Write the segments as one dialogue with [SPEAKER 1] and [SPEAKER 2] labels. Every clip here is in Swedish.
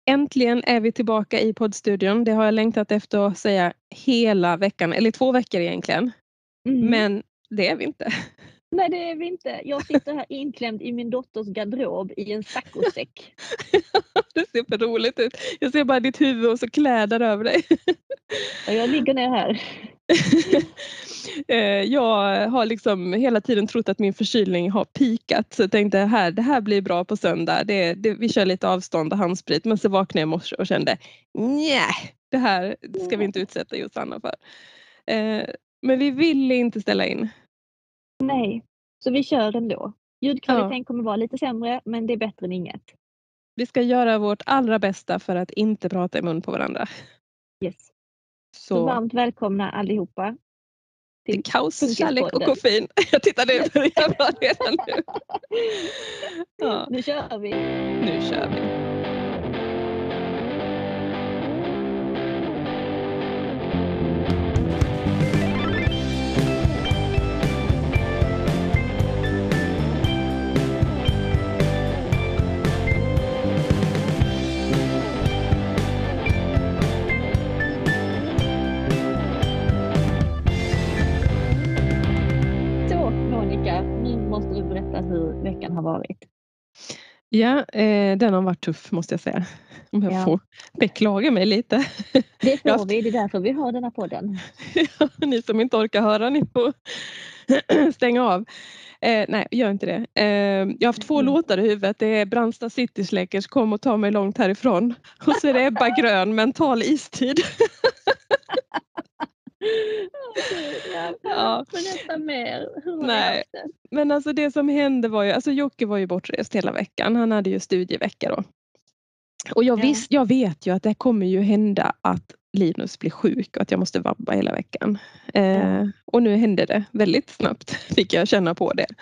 [SPEAKER 1] Äntligen är vi tillbaka i poddstudion. Det har jag längtat efter att säga hela veckan, eller 2 veckor egentligen.
[SPEAKER 2] Mm.
[SPEAKER 1] Men det är vi inte.
[SPEAKER 2] Nej, det är vi inte. Jag sitter här inklämd i min dotters garderob i en saccosäck.
[SPEAKER 1] Det ser för roligt ut. Jag ser bara ditt huvud och så kläder över dig.
[SPEAKER 2] Och jag ligger ner här.
[SPEAKER 1] Jag har liksom hela tiden trott att min förkylning har pikat. Så jag tänkte det här blir bra på söndag. Vi kör lite avstånd och handsprit. Men så vaknade jag i morse och kände nej, det här ska vi inte utsätta Josanna för. Men vi ville inte ställa in.
[SPEAKER 2] Nej, så vi kör ändå. Ljudkvaliteten
[SPEAKER 1] Ja.
[SPEAKER 2] kommer vara lite sämre, men det är bättre än inget.
[SPEAKER 1] Vi ska göra vårt allra bästa för att inte prata i mun på varandra.
[SPEAKER 2] Yes. Så
[SPEAKER 1] Så
[SPEAKER 2] varmt välkomna allihopa.
[SPEAKER 1] till kaos, kärlek och
[SPEAKER 2] Funkispodden.
[SPEAKER 1] koffein. Jag tittar det börjar bra redan nu. Ja,
[SPEAKER 2] Nu kör vi.
[SPEAKER 1] nu kör vi.
[SPEAKER 2] Så Monica, nu måste du berätta hur veckan har varit.
[SPEAKER 1] Ja, den har varit tuff måste jag säga. Om jag
[SPEAKER 2] Ja.
[SPEAKER 1] får beklaga mig lite.
[SPEAKER 2] Det
[SPEAKER 1] Jag har
[SPEAKER 2] får vi, det är därför vi har den här podden.
[SPEAKER 1] ni som inte orkar höra, ni får stänga av. Nej, gör inte det. Jag har haft 2 låtar i huvudet. Det är Brandsta City Släckers, Kom och ta mig långt härifrån. Och så är det Ebba Grön, Mental istid.
[SPEAKER 2] Ja,
[SPEAKER 1] Ja.
[SPEAKER 2] berätta mer. Hur har ni
[SPEAKER 1] Nej,
[SPEAKER 2] haft det?
[SPEAKER 1] men alltså det som hände var ju, alltså Jocke var ju bortrest hela veckan. Han hade ju studievecka då. Och jag vet ju att det kommer ju hända att Linus blir sjuk och att jag måste vabba hela veckan. Och nu hände det väldigt snabbt, fick jag känna på det.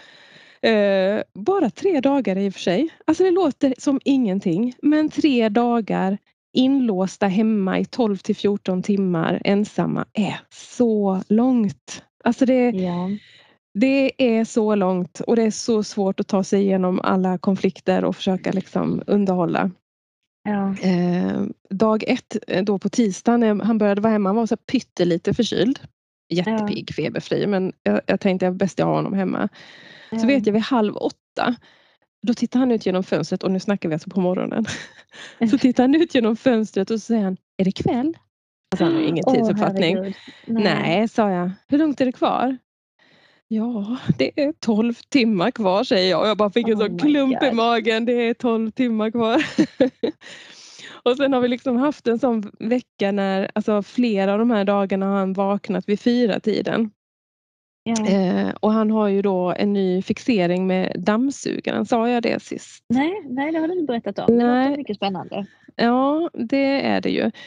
[SPEAKER 1] Bara 3 dagar i och för sig. Alltså det låter som ingenting. Men 3 dagar inlåsta hemma i 12 till 14 timmar ensamma är så långt. Alltså det är så långt och det är så svårt att ta sig igenom alla konflikter och försöka liksom underhålla.
[SPEAKER 2] Ja.
[SPEAKER 1] Dag 1 då på tisdagen, han började vara hemma, han var så pyttelite förkyld. Jättepigg, feberfri, men jag tänkte jag bäst jag har honom hemma. Så vet jag vid 7:30, då tittar han ut genom fönstret och nu snackar vi alltså på morgonen. Så tittar han ut genom fönstret och så säger han, är det kväll? Alltså han har ju ingen tidsuppfattning.
[SPEAKER 2] Herregud.
[SPEAKER 1] Nej, sa jag. Hur långt är det kvar? Ja, det är 12 timmar kvar, säger jag. Och jag bara fick en sån klump i magen. Det är 12 timmar kvar. Och sen har vi liksom haft en sån vecka när, alltså flera av de här dagarna har han vaknat vid 4-tiden.
[SPEAKER 2] Ja.
[SPEAKER 1] Och han har ju då en ny fixering med dammsugaren. Sa jag det sist?
[SPEAKER 2] Nej, det har du inte berättat om. Det låter mycket spännande.
[SPEAKER 1] Ja, det är det ju.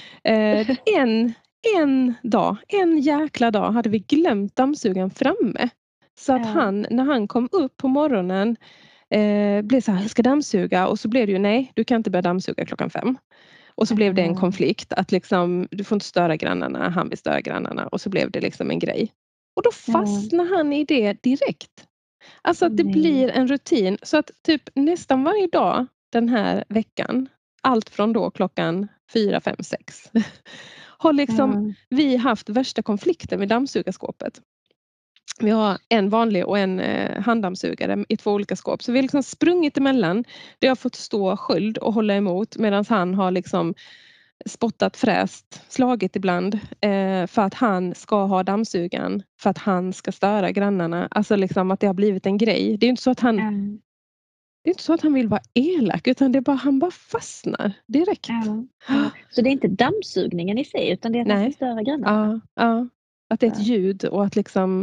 [SPEAKER 1] En jäkla dag hade vi glömt dammsugaren framme. Så att när han kom upp på morgonen blev så här, jag ska dammsuga, och så blev det ju nej, du kan inte börja dammsuga 5:00. Och så blev det en konflikt att liksom, du får inte störa grannarna, han vill störa grannarna, och så blev det liksom en grej. Och då fastnar han i det direkt. Alltså att det blir en rutin, så att typ nästan varje dag den här veckan, allt från då klockan 4, 5, 6 har liksom vi haft värsta konflikten med dammsugarskåpet. Vi har en vanlig och en handdammsugare i 2 olika skåp. Så vi har liksom sprungit emellan. Det har fått stå sköld och hålla emot, medan han har liksom spottat, fräst, slagit ibland för att han ska ha dammsugaren, för att han ska störa grannarna. Alltså liksom att det har blivit en grej. Det är inte så att han det är inte så att han vill vara elak, utan det är bara, han bara fastnar direkt.
[SPEAKER 2] Ja. Så det är inte dammsugningen i sig, utan det är att han ska störa grannarna?
[SPEAKER 1] Ja. Att det är ett ljud och att liksom...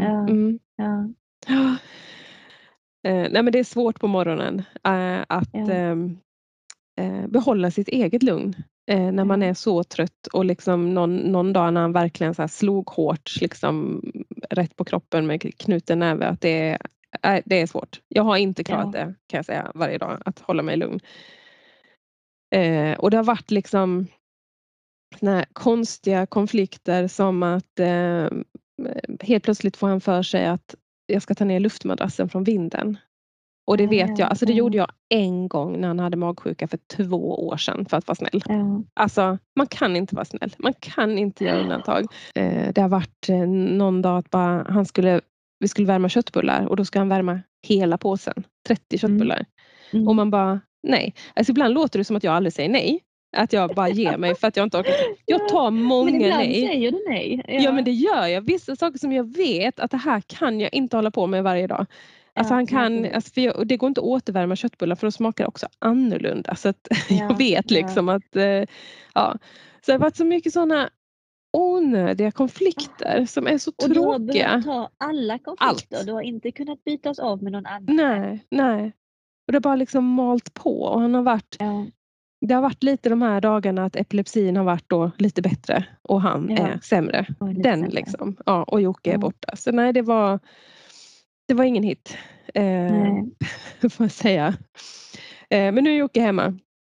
[SPEAKER 1] Nej, men det är svårt på morgonen att behålla sitt eget lugn. När man är så trött och liksom någon dag när han verkligen så här slog hårt liksom, rätt på kroppen med knuten näve, att det är svårt. Jag har inte klarat det, kan jag säga, varje dag, att hålla mig lugn. Och det har varit liksom såna här konstiga konflikter, som att helt plötsligt får han för sig att jag ska ta ner luftmadrassen från vinden. Och det vet jag, alltså det gjorde
[SPEAKER 2] Ja.
[SPEAKER 1] jag en gång när han hade magsjuka för 2 år sedan för att vara snäll.
[SPEAKER 2] Ja.
[SPEAKER 1] Alltså man kan inte vara snäll, man kan inte göra undantag. Det har varit någon dag att bara, vi skulle värma köttbullar och då ska han värma hela påsen, 30 köttbullar. Och man bara, nej. Alltså ibland låter det som att jag aldrig säger nej. Att jag bara ger mig för att jag inte orkar. Jag tar
[SPEAKER 2] Men
[SPEAKER 1] många
[SPEAKER 2] ibland
[SPEAKER 1] nej.
[SPEAKER 2] säger du nej.
[SPEAKER 1] Ja men det gör jag. Vissa saker som jag vet att det här kan jag inte hålla på med varje dag. Alltså han kan, alltså det går inte att återvärma köttbullar för då smakar det också annorlunda. Så att jag vet liksom att, ja. Så det har varit så mycket sådana onödiga konflikter som är så
[SPEAKER 2] Och du har
[SPEAKER 1] tråkiga.
[SPEAKER 2] behövt ta alla konflikter.
[SPEAKER 1] Allt.
[SPEAKER 2] Du har inte kunnat bytas av med någon annan.
[SPEAKER 1] Nej. Och det har bara liksom malt på och han har varit, det har varit lite de här dagarna att epilepsin har varit då lite bättre och han är sämre. Den sämre. Liksom. Ja, och Jocke är borta. Så nej, det var ingen hit. Får jag säga. Men nu är Jocke hemma.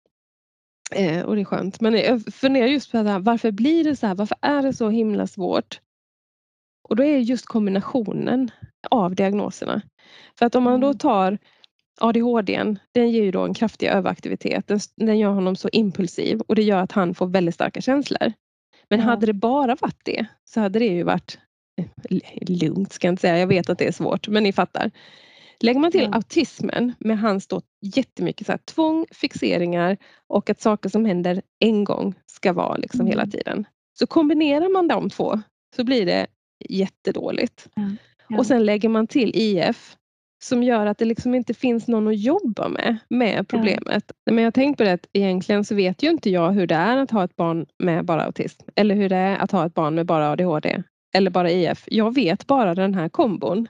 [SPEAKER 1] Och det är skönt. Men jag funderar just på det här, varför blir det så här? Varför är det så himla svårt? Och då är just kombinationen av diagnoserna. För att om man då tar ADHD, den ger ju då en kraftig överaktivitet. Den gör honom så impulsiv och det gör att han får väldigt starka känslor. Men hade det bara varit det så hade det ju varit lugnt, ska jag inte säga. Jag vet att det är svårt, men ni fattar. Lägger man till autismen med hans då jättemycket så här tvång, fixeringar och att saker som händer en gång ska vara liksom hela tiden. Så kombinerar man de två så blir det jättedåligt. Och sen lägger man till IF som gör att det liksom inte finns någon att jobba med problemet. Men jag har tänkt på det att egentligen så vet ju inte jag hur det är att ha ett barn med bara autism. Eller hur det är att ha ett barn med bara ADHD. Eller bara IF. Jag vet bara den här kombon.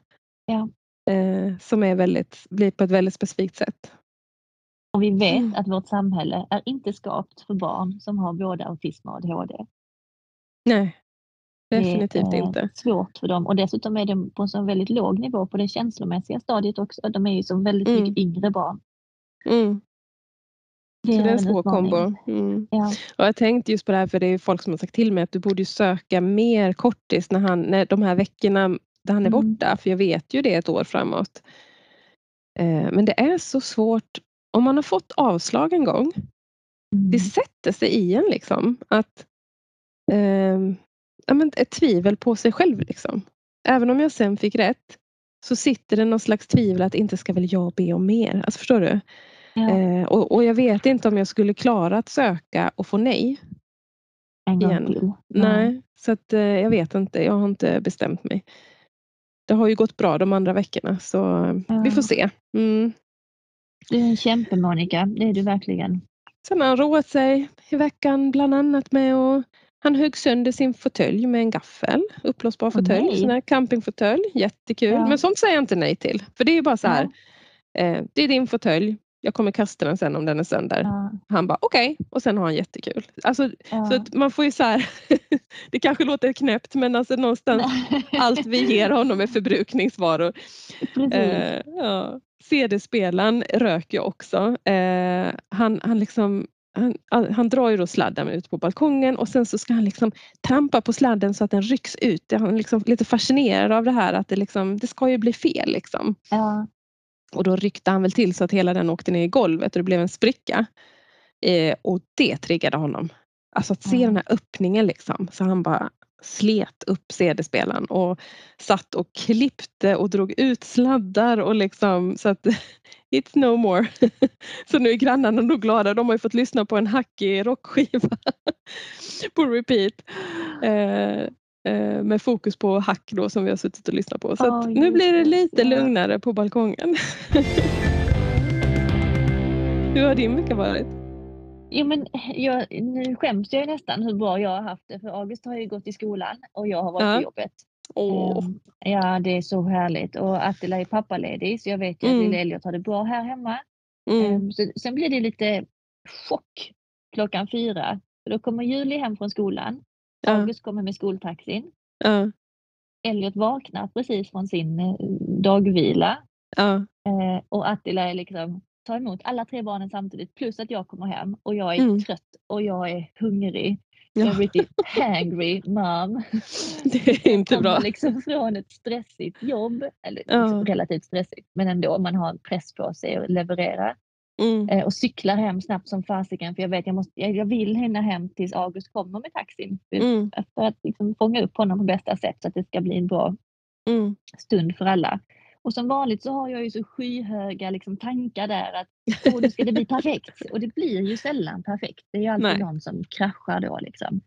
[SPEAKER 1] Som blir på ett väldigt specifikt sätt.
[SPEAKER 2] Och vi vet att vårt samhälle är inte skapat för barn som har både autism och ADHD.
[SPEAKER 1] Nej, definitivt
[SPEAKER 2] det är
[SPEAKER 1] inte.
[SPEAKER 2] Svårt för dem. Och dessutom är de på en så väldigt låg nivå på det känslomässiga stadiet också. De är ju som väldigt mycket yngre barn.
[SPEAKER 1] Så det är en svår kombo. Och jag tänkte just på det här, för det är folk som har sagt till mig att du borde söka mer kortis när de här veckorna där han är borta. För jag vet ju det ett år framåt. Men det är så svårt. Om man har fått avslag en gång. Det sätter sig i en liksom. Att ett tvivel på sig själv liksom. Även om jag sen fick rätt. Så sitter det någon slags tvivel att inte ska väl jag be om mer. Alltså förstår du? Och jag vet inte om jag skulle klara att söka och få nej.
[SPEAKER 2] En gång till.
[SPEAKER 1] Nej, så att jag vet inte. Jag har inte bestämt mig. Det har ju gått bra de andra veckorna. Så vi får se.
[SPEAKER 2] Du är en kämpe, Monica. Det är du verkligen.
[SPEAKER 1] Sen har han roat sig i veckan bland annat med att han högg sönder sin fåtölj med en gaffel. Uppblåsbar fåtölj. Sån här campingfåtölj. Jättekul. Men sånt säger jag inte nej till. För det är bara så här. Det är din fåtölj. Jag kommer kasta den sen om den är sönder. Han bara okej. Och sen har han jättekul. Alltså, så att man får ju så här. Det kanske låter knäppt. Men alltså någonstans. Allt vi ger honom är förbrukningsvaror. CD-spelaren röker jag också. Han drar ju då sladden ut på balkongen. Och sen så ska han liksom trampa på sladden så att den rycks ut. Han är liksom lite fascinerad av det här. Att det ska ju bli fel liksom. Och då ryckte han väl till så att hela den åkte ner i golvet och det blev en spricka. Och det triggade honom. Alltså att se den här öppningen liksom. Så han bara slet upp CD-spelaren och satt och klippte och drog ut sladdar och liksom så att it's no more. Så nu är grannarna nog glada. De har ju fått lyssna på en hackig rockskiva på repeat. Med fokus på hack då som vi har suttit och lyssnat på. Så att nu blir det lite lugnare på balkongen. Hur har din vecka varit?
[SPEAKER 2] Jo, men nu skäms jag nästan hur bra jag har haft det. För August har ju gått i skolan och jag har varit på jobbet. Ja, det är så härligt. Och Attila är pappaledig så jag vet ju att lilla Elliot har det bra här hemma. Sen blir det lite chock 4:00. För då kommer Julie hem från skolan. August kommer med skoltaxin. Elliot vaknar precis från sin dagvila. Och Attila är liksom tar emot alla 3 barnen samtidigt plus att jag kommer hem och jag är trött och jag är hungrig. Jag är riktigt hangry mom.
[SPEAKER 1] Det är inte bra.
[SPEAKER 2] Jag kommer liksom från ett stressigt jobb, eller liksom relativt stressigt, men ändå man har press på sig att leverera. Och cyklar hem snabbt som fasiken, för jag vet jag vill hinna hem tills August kommer med taxin. För att liksom fånga upp honom på bästa sätt så att det ska bli en bra stund för alla. Och som vanligt så har jag ju så skyhöga liksom tankar där att nu ska det bli perfekt. Och det blir ju sällan perfekt. Det är ju alltid någon som kraschar då liksom.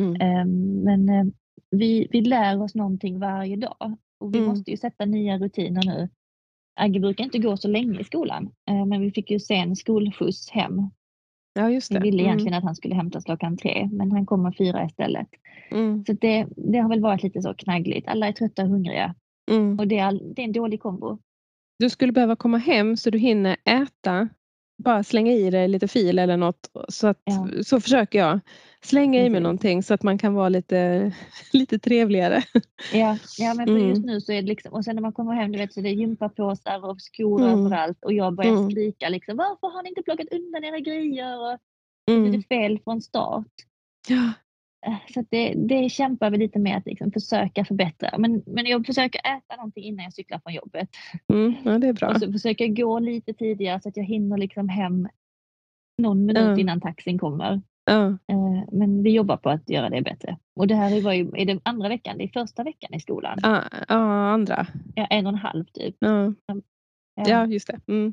[SPEAKER 2] Men vi lär oss någonting varje dag. Och vi måste ju sätta nya rutiner nu. Agge brukar inte gå så länge i skolan. Men vi fick ju sen skolskjuts hem.
[SPEAKER 1] Ja, just det.
[SPEAKER 2] Vi ville egentligen att han skulle hämtas 3:00, men han kommer 4 istället. Så det har väl varit lite så knaggligt. Alla är trötta och hungriga. Och det är en dålig kombo.
[SPEAKER 1] Du skulle behöva komma hem så du hinner äta. Bara slänga i dig lite fil eller något. Så försöker jag. Slänga i mig någonting så att man kan vara lite trevligare.
[SPEAKER 2] Ja, men för just nu så är det liksom, och sen när man kommer hem, du vet, så det är gympapåsar och skor överallt och jag börjar skrika liksom, varför har ni inte plockat undan era grejer? Och så blir det fel från start.
[SPEAKER 1] Ja.
[SPEAKER 2] Så att det kämpar vi lite med att liksom försöka förbättra. Men jag försöker äta någonting innan jag cyklar från jobbet.
[SPEAKER 1] Ja, det är bra.
[SPEAKER 2] Och så försöker jag gå lite tidigare så att jag hinner liksom hem någon minut innan taxin kommer. Men vi jobbar på att göra det bättre. Och det här är det andra veckan, det är första veckan i skolan.
[SPEAKER 1] Andra.
[SPEAKER 2] Ja, 1,5 typ.
[SPEAKER 1] Ja, just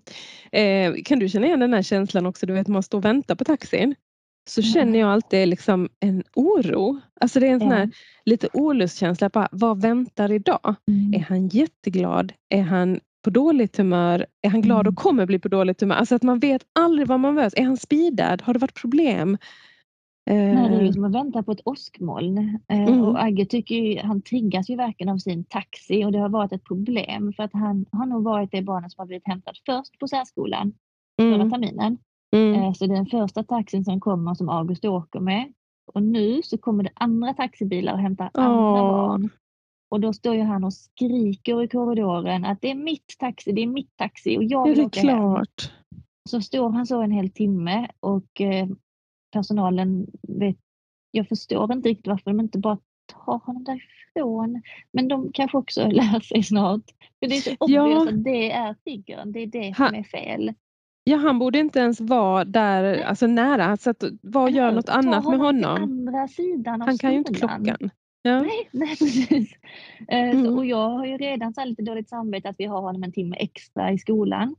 [SPEAKER 1] det. Kan du känna igen den här känslan också? Du vet, man står och väntar på taxin. Så känner jag alltid liksom en oro. Alltså det är en sån här lite olustkänsla. Bara, vad väntar idag? Är han jätteglad? Är han på dåligt humör? Är han glad och kommer bli på dåligt humör? Alltså att man vet aldrig vad man möter. Är han speedad? Har det varit problem?
[SPEAKER 2] Nej, det är ju som att vänta på ett åskmoln. Och Agge han triggas ju verkligen av sin taxi, och det har varit ett problem för att han har nog varit det barnet som har blivit hämtat först på särskolan förra terminen. Så det är den första taxin som kommer som August åker med. Och nu så kommer det andra taxibilar och hämtar andra barn. Och då står ju han och skriker i korridoren att det är mitt taxi och jag vill åka hem. Så står han så en hel timme och personalen jag förstår inte riktigt varför de inte bara tar honom därifrån. Men de kanske också lär sig snart. För det är så obvious att det är triggern, det är det som är fel.
[SPEAKER 1] Ja, han borde inte ens vara där, alltså nära, så att gör något annat med honom.
[SPEAKER 2] Till andra sidan av
[SPEAKER 1] han kan
[SPEAKER 2] skolan.
[SPEAKER 1] Ju inte klockan. Ja.
[SPEAKER 2] Nej, precis. Och jag har ju redan så lite dåligt samvete att vi har honom en timme extra i skolan.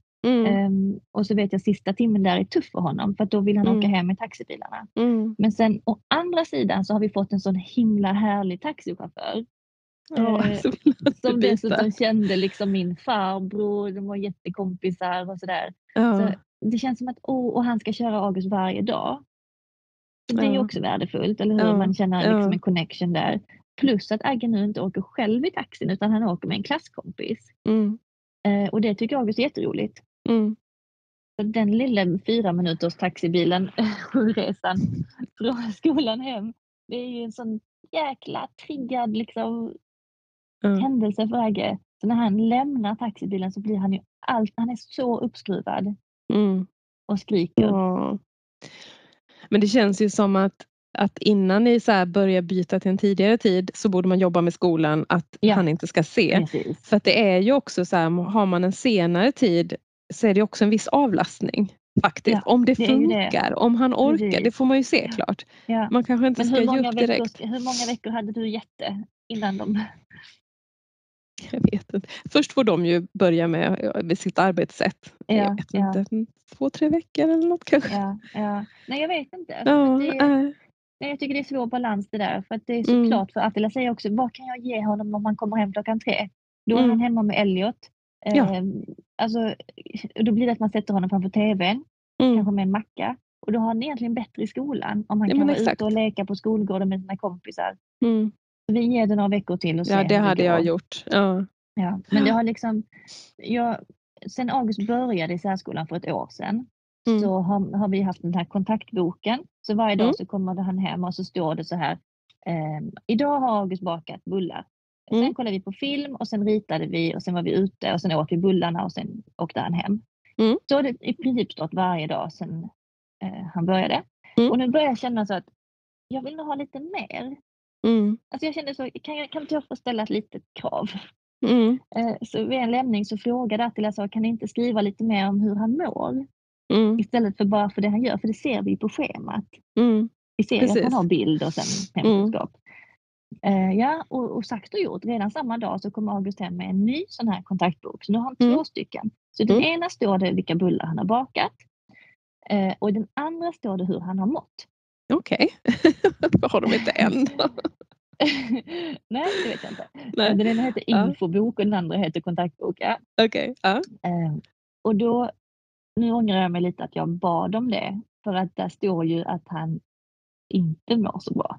[SPEAKER 2] Och så vet jag sista timmen där är tuff för honom, för att då vill han åka hem med taxibilarna. Men sen å andra sidan så har vi fått en sån himla härlig taxichaufför. Som dessutom kände liksom min farbror, de var jättekompisar och sådär. Så det känns som att och han ska köra August varje dag. Så det är också värdefullt, eller hur? Man känner liksom en connection där. Plus att Agge nu inte åker själv i taxin, utan han åker med en klasskompis. Och det tycker August är jätteroligt. Så den lilla 4 minuters taxibilen, resan från skolan hem, det är ju en sån jäkla triggad liksom händelse för Agge. Så när han lämnar taxibilen så blir han är så uppskruvad och skriker.
[SPEAKER 1] Men det känns ju som att innan ni så här börjar byta till en tidigare tid så borde man jobba med skolan att han inte ska se.
[SPEAKER 2] Precis.
[SPEAKER 1] För att det är ju också så här, har man en senare tid så är det också en viss avlastning faktiskt. Om det funkar, om han orkar, det får man ju se klart. Man kanske inte ska ge upp direkt.
[SPEAKER 2] Hur många veckor hade du jätte innan de...
[SPEAKER 1] Jag vet inte. Först får de ju börja med sitt arbetssätt. Jag vet inte, 2-3 veckor eller något kanske.
[SPEAKER 2] Nej, jag vet inte. Jag tycker det är svår balans det där. För att det är såklart, för Attila säger också, vad kan jag ge honom om han kommer hem 3:00? Då är han hemma med Elliot. Alltså, då blir det att man sätter honom framför tvn. Kanske med en macka. Och då har han egentligen bättre i skolan. Om han kan vara ute och leka på skolgården med sina kompisar. Vi ger det några veckor till och se
[SPEAKER 1] det hade jag gjort.
[SPEAKER 2] Men det har liksom... Sen August började i särskolan för ett år sedan så har vi haft den här kontaktboken. Så varje dag så kommer han hem och så står det så här: idag har August bakat bullar. Sen kollade vi på film och sen ritade vi och sen var vi ute och sen åt vi bullarna och sen åkte han hem. Så har det i princip stått varje dag sedan han började. Och nu börjar jag känna så att jag vill nog ha lite mer.
[SPEAKER 1] Mm.
[SPEAKER 2] Alltså jag kände så, kan inte jag få ställa ett litet krav?
[SPEAKER 1] Mm.
[SPEAKER 2] Så vid en lämning så frågade Attila, så kan ni inte skriva lite mer om hur han mår?
[SPEAKER 1] Mm.
[SPEAKER 2] Istället för bara för det han gör, för det ser vi på schemat.
[SPEAKER 1] Mm.
[SPEAKER 2] Vi ser
[SPEAKER 1] Precis.
[SPEAKER 2] att han har bild och sen hemkunskap. Ja, och sagt och gjort. Redan samma dag så kom August hem med en ny sån här kontaktbok. Så nu har han 2 stycken. Så den ena står det vilka bullar han har bakat. Och i den andra står det hur han har mått.
[SPEAKER 1] Okej. Har de inte än?
[SPEAKER 2] Nej, det vet jag inte.
[SPEAKER 1] Nej.
[SPEAKER 2] Den ena heter infobok och den andra heter kontaktbok. Ja.
[SPEAKER 1] Okej. Ja.
[SPEAKER 2] Och då, nu ångrar jag mig lite att jag bad om det. För att där står ju att han inte mår så bra.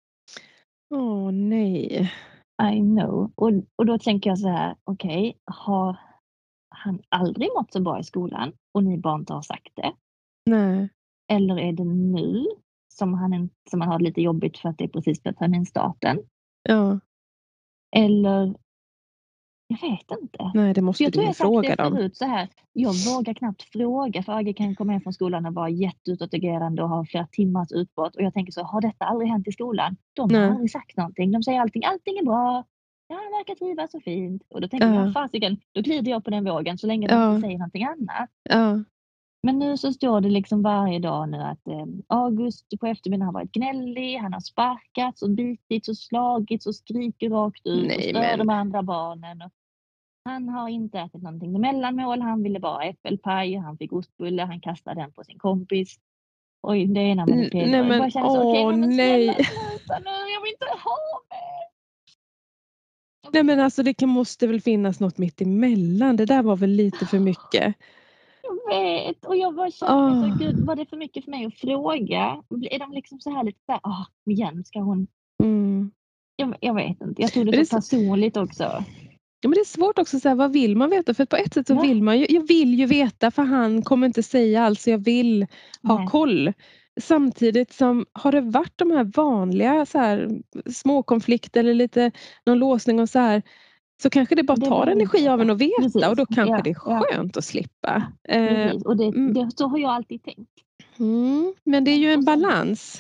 [SPEAKER 1] Åh nej.
[SPEAKER 2] I know. Och då tänker jag så här, okej, har han aldrig mått så bra i skolan och ni bara inte har sagt det?
[SPEAKER 1] Nej.
[SPEAKER 2] Eller är det nu som han har lite jobbigt för att det är precis för terminstarten?
[SPEAKER 1] Ja.
[SPEAKER 2] Eller, jag vet inte.
[SPEAKER 1] Nej, det måste du ju fråga dem.
[SPEAKER 2] Förut så här, jag vågar knappt fråga, för Agge kan komma hem från skolan och vara jätteutåtagerande och ha flera timmars utbrott. Och jag tänker så, har detta aldrig hänt i skolan? De har aldrig sagt någonting. De säger allting är bra. Ja, han verkar trivas så fint. Och då tänker jag, fasiken, då glider jag på den vågen så länge de inte säger någonting annat.
[SPEAKER 1] Ja.
[SPEAKER 2] Men nu så står det liksom varje dag nu att August på eftermiddagen har varit gnällig, han har sparkats och bitits och slagits och skriker rakt ut och stör de andra barnen. Och han har inte ätit någonting med mellanmål, han ville bara äppelpaj, han fick ostbulle, han kastade den på sin kompis. Oj, det ena med det tredje.
[SPEAKER 1] Nej, men,
[SPEAKER 2] jag bara känner så, okej, men snälla sluta nu, jag vill inte ha mer.
[SPEAKER 1] Nej, men alltså det måste väl finnas något mitt emellan. Det där var väl lite för mycket.
[SPEAKER 2] Jag vet, och jag bara känner så, gud, var det för mycket för mig att fråga? Är de liksom så här lite så här, igen ska hon... Jag vet inte, jag tog det så personligt också.
[SPEAKER 1] Ja, men det är svårt också att säga, vad vill man veta? För på ett sätt så vill man ju, jag vill ju veta, för han kommer inte säga allt, så jag vill ha koll. Samtidigt som, har det varit de här vanliga så här, små konflikter eller lite någon låsning och så här, så kanske det bara tar energi av en att veta. Precis. Och då kanske det är skönt att slippa.
[SPEAKER 2] Precis, och så har jag alltid tänkt.
[SPEAKER 1] Men det är ju en balans.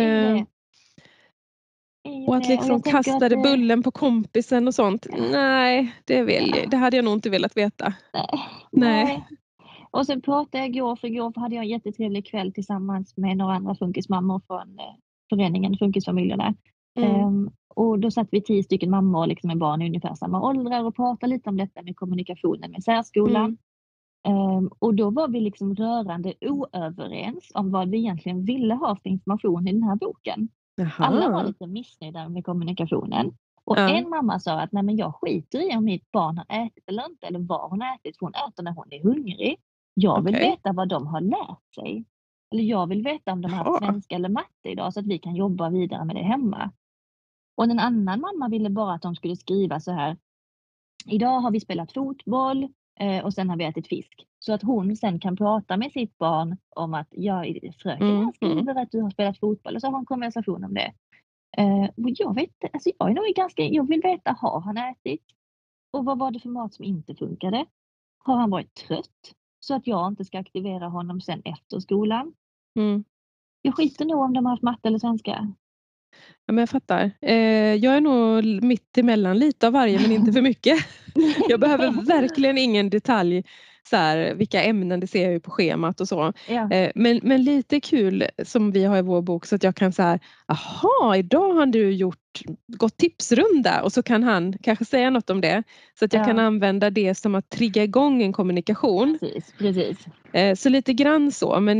[SPEAKER 1] Och att liksom kasta bullen på kompisen och sånt. Nej, det hade jag nog inte velat veta. Nej.
[SPEAKER 2] Och sen pratade jag igår hade jag en jättetrevlig kväll tillsammans med några andra funkismammor från föreningen Funkisfamiljerna. Och då satt vi 10 stycken mammor liksom med barn i ungefär samma åldrar och pratade lite om detta med kommunikationen med särskolan. Och då var vi liksom rörande oöverens om vad vi egentligen ville ha för information i den här boken. Aha. Alla var lite missnöjda med kommunikationen. Och en mamma sa att nej, men jag skiter i om mitt barn har ätit eller inte, eller vad hon har ätit. Hon äter när hon är hungrig. Jag vill veta vad de har lärt sig. Eller jag vill veta om de har haft svenska eller matte idag, så att vi kan jobba vidare med det hemma. Och en annan mamma ville bara att de skulle skriva så här: idag har vi spelat fotboll och sen har vi ätit fisk. Så att hon sen kan prata med sitt barn om att fröken skriver att du har spelat fotboll, och så har hon en konversation om det. Och jag vet, alltså jag är nog jag vill veta, har han ätit? Och vad var det för mat som inte funkade? Har han varit trött? Så att jag inte ska aktivera honom sen efter skolan. Jag skiter nog om de har haft matte eller svenska.
[SPEAKER 1] Ja, men jag fattar. Jag är nog mitt emellan lite av varje, men inte för mycket. Jag behöver verkligen ingen detalj. Så här, vilka ämnen det ser jag ju på schemat och så.
[SPEAKER 2] Ja.
[SPEAKER 1] Men lite kul som vi har i vår bok, så att jag kan säga, aha, idag har du gått tipsrunda, och så kan han kanske säga något om det. Så att jag kan använda det som att trigga igång en kommunikation.
[SPEAKER 2] Precis.
[SPEAKER 1] Så lite grann så, men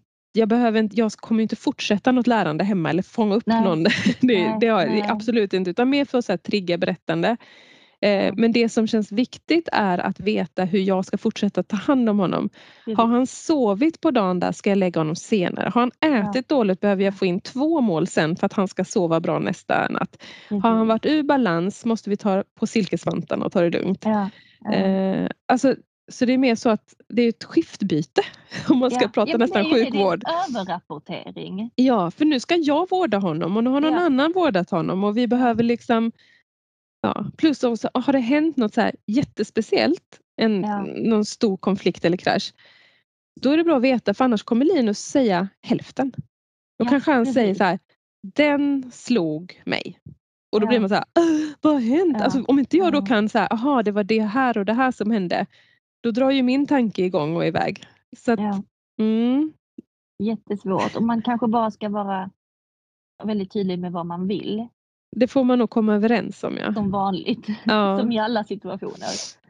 [SPEAKER 1] jag kommer inte fortsätta något lärande hemma eller fånga upp någon. Det har jag absolut inte, utan mer för att så här, trigga berättande. Men det som känns viktigt är att veta hur jag ska fortsätta ta hand om honom. Har han sovit på dagen, där ska jag lägga honom senare. Har han ätit dåligt, behöver jag få in 2 mål sen för att han ska sova bra nästa natt. Har han varit ur balans, måste vi ta på silkesvantarna och ta det lugnt. Alltså, så det är mer så att det är ett skiftbyte om man ska prata nästan sjukvård.
[SPEAKER 2] Det är en överrapportering.
[SPEAKER 1] Ja, för nu ska jag vårda honom och nu har någon annan vårdat honom, och vi behöver liksom plus också, har det hänt något så här jättespeciellt, någon stor konflikt eller krasch, då är det bra att veta, för annars kommer Linus säga hälften. Då kanske han säger så här: Den slog mig. Och då blir man så här, vad har hänt?
[SPEAKER 2] Ja.
[SPEAKER 1] Alltså, om inte jag då kan säga, aha, det var det här och det här som hände. Då drar ju min tanke igång och iväg. Så att,
[SPEAKER 2] Jättesvårt. Och man kanske bara ska vara väldigt tydlig med vad man vill.
[SPEAKER 1] Det får man nog komma överens om, ja.
[SPEAKER 2] Som vanligt.
[SPEAKER 1] Ja.
[SPEAKER 2] Som i alla situationer.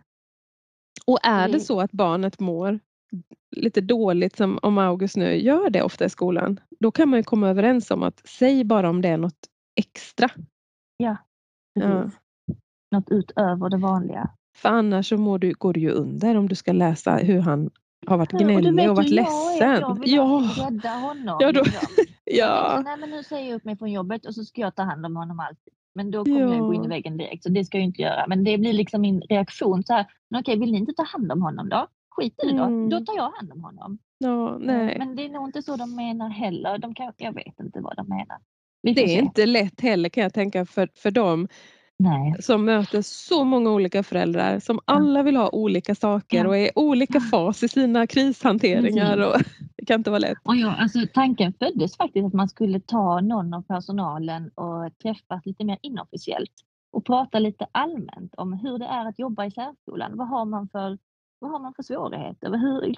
[SPEAKER 1] Och är det så att barnet mår lite dåligt, som om August nu gör det ofta i skolan, då kan man ju komma överens om att säg bara om det är något extra.
[SPEAKER 2] Ja, precis. Ja. Något utöver det vanliga.
[SPEAKER 1] För annars så går du ju under om du ska läsa hur han har varit gnällig och varit ledsen.
[SPEAKER 2] Jag vill rädda honom.
[SPEAKER 1] Ja, då,
[SPEAKER 2] liksom.
[SPEAKER 1] ja.
[SPEAKER 2] Nej, men nu säger jag upp mig från jobbet och så ska jag ta hand om honom alltid. Men då kommer jag gå in i väggen direkt, så det ska jag inte göra. Men det blir liksom min reaktion så här, men okej, vill ni inte ta hand om honom då? Skit i det då. Då tar jag hand om honom.
[SPEAKER 1] Ja, nej.
[SPEAKER 2] Men det är nog inte så de menar heller. Jag vet inte vad de menar.
[SPEAKER 1] Det är inte lätt heller, kan jag tänka, för dem.
[SPEAKER 2] Nej.
[SPEAKER 1] Som möter så många olika föräldrar som alla vill ha olika saker och är olika fas i sina krishanteringar. Och det kan inte vara lätt.
[SPEAKER 2] Och alltså, tanken föddes faktiskt att man skulle ta någon av personalen och träffas lite mer inofficiellt och prata lite allmänt om hur det är att jobba i särskolan. Vad har man för svårigheter?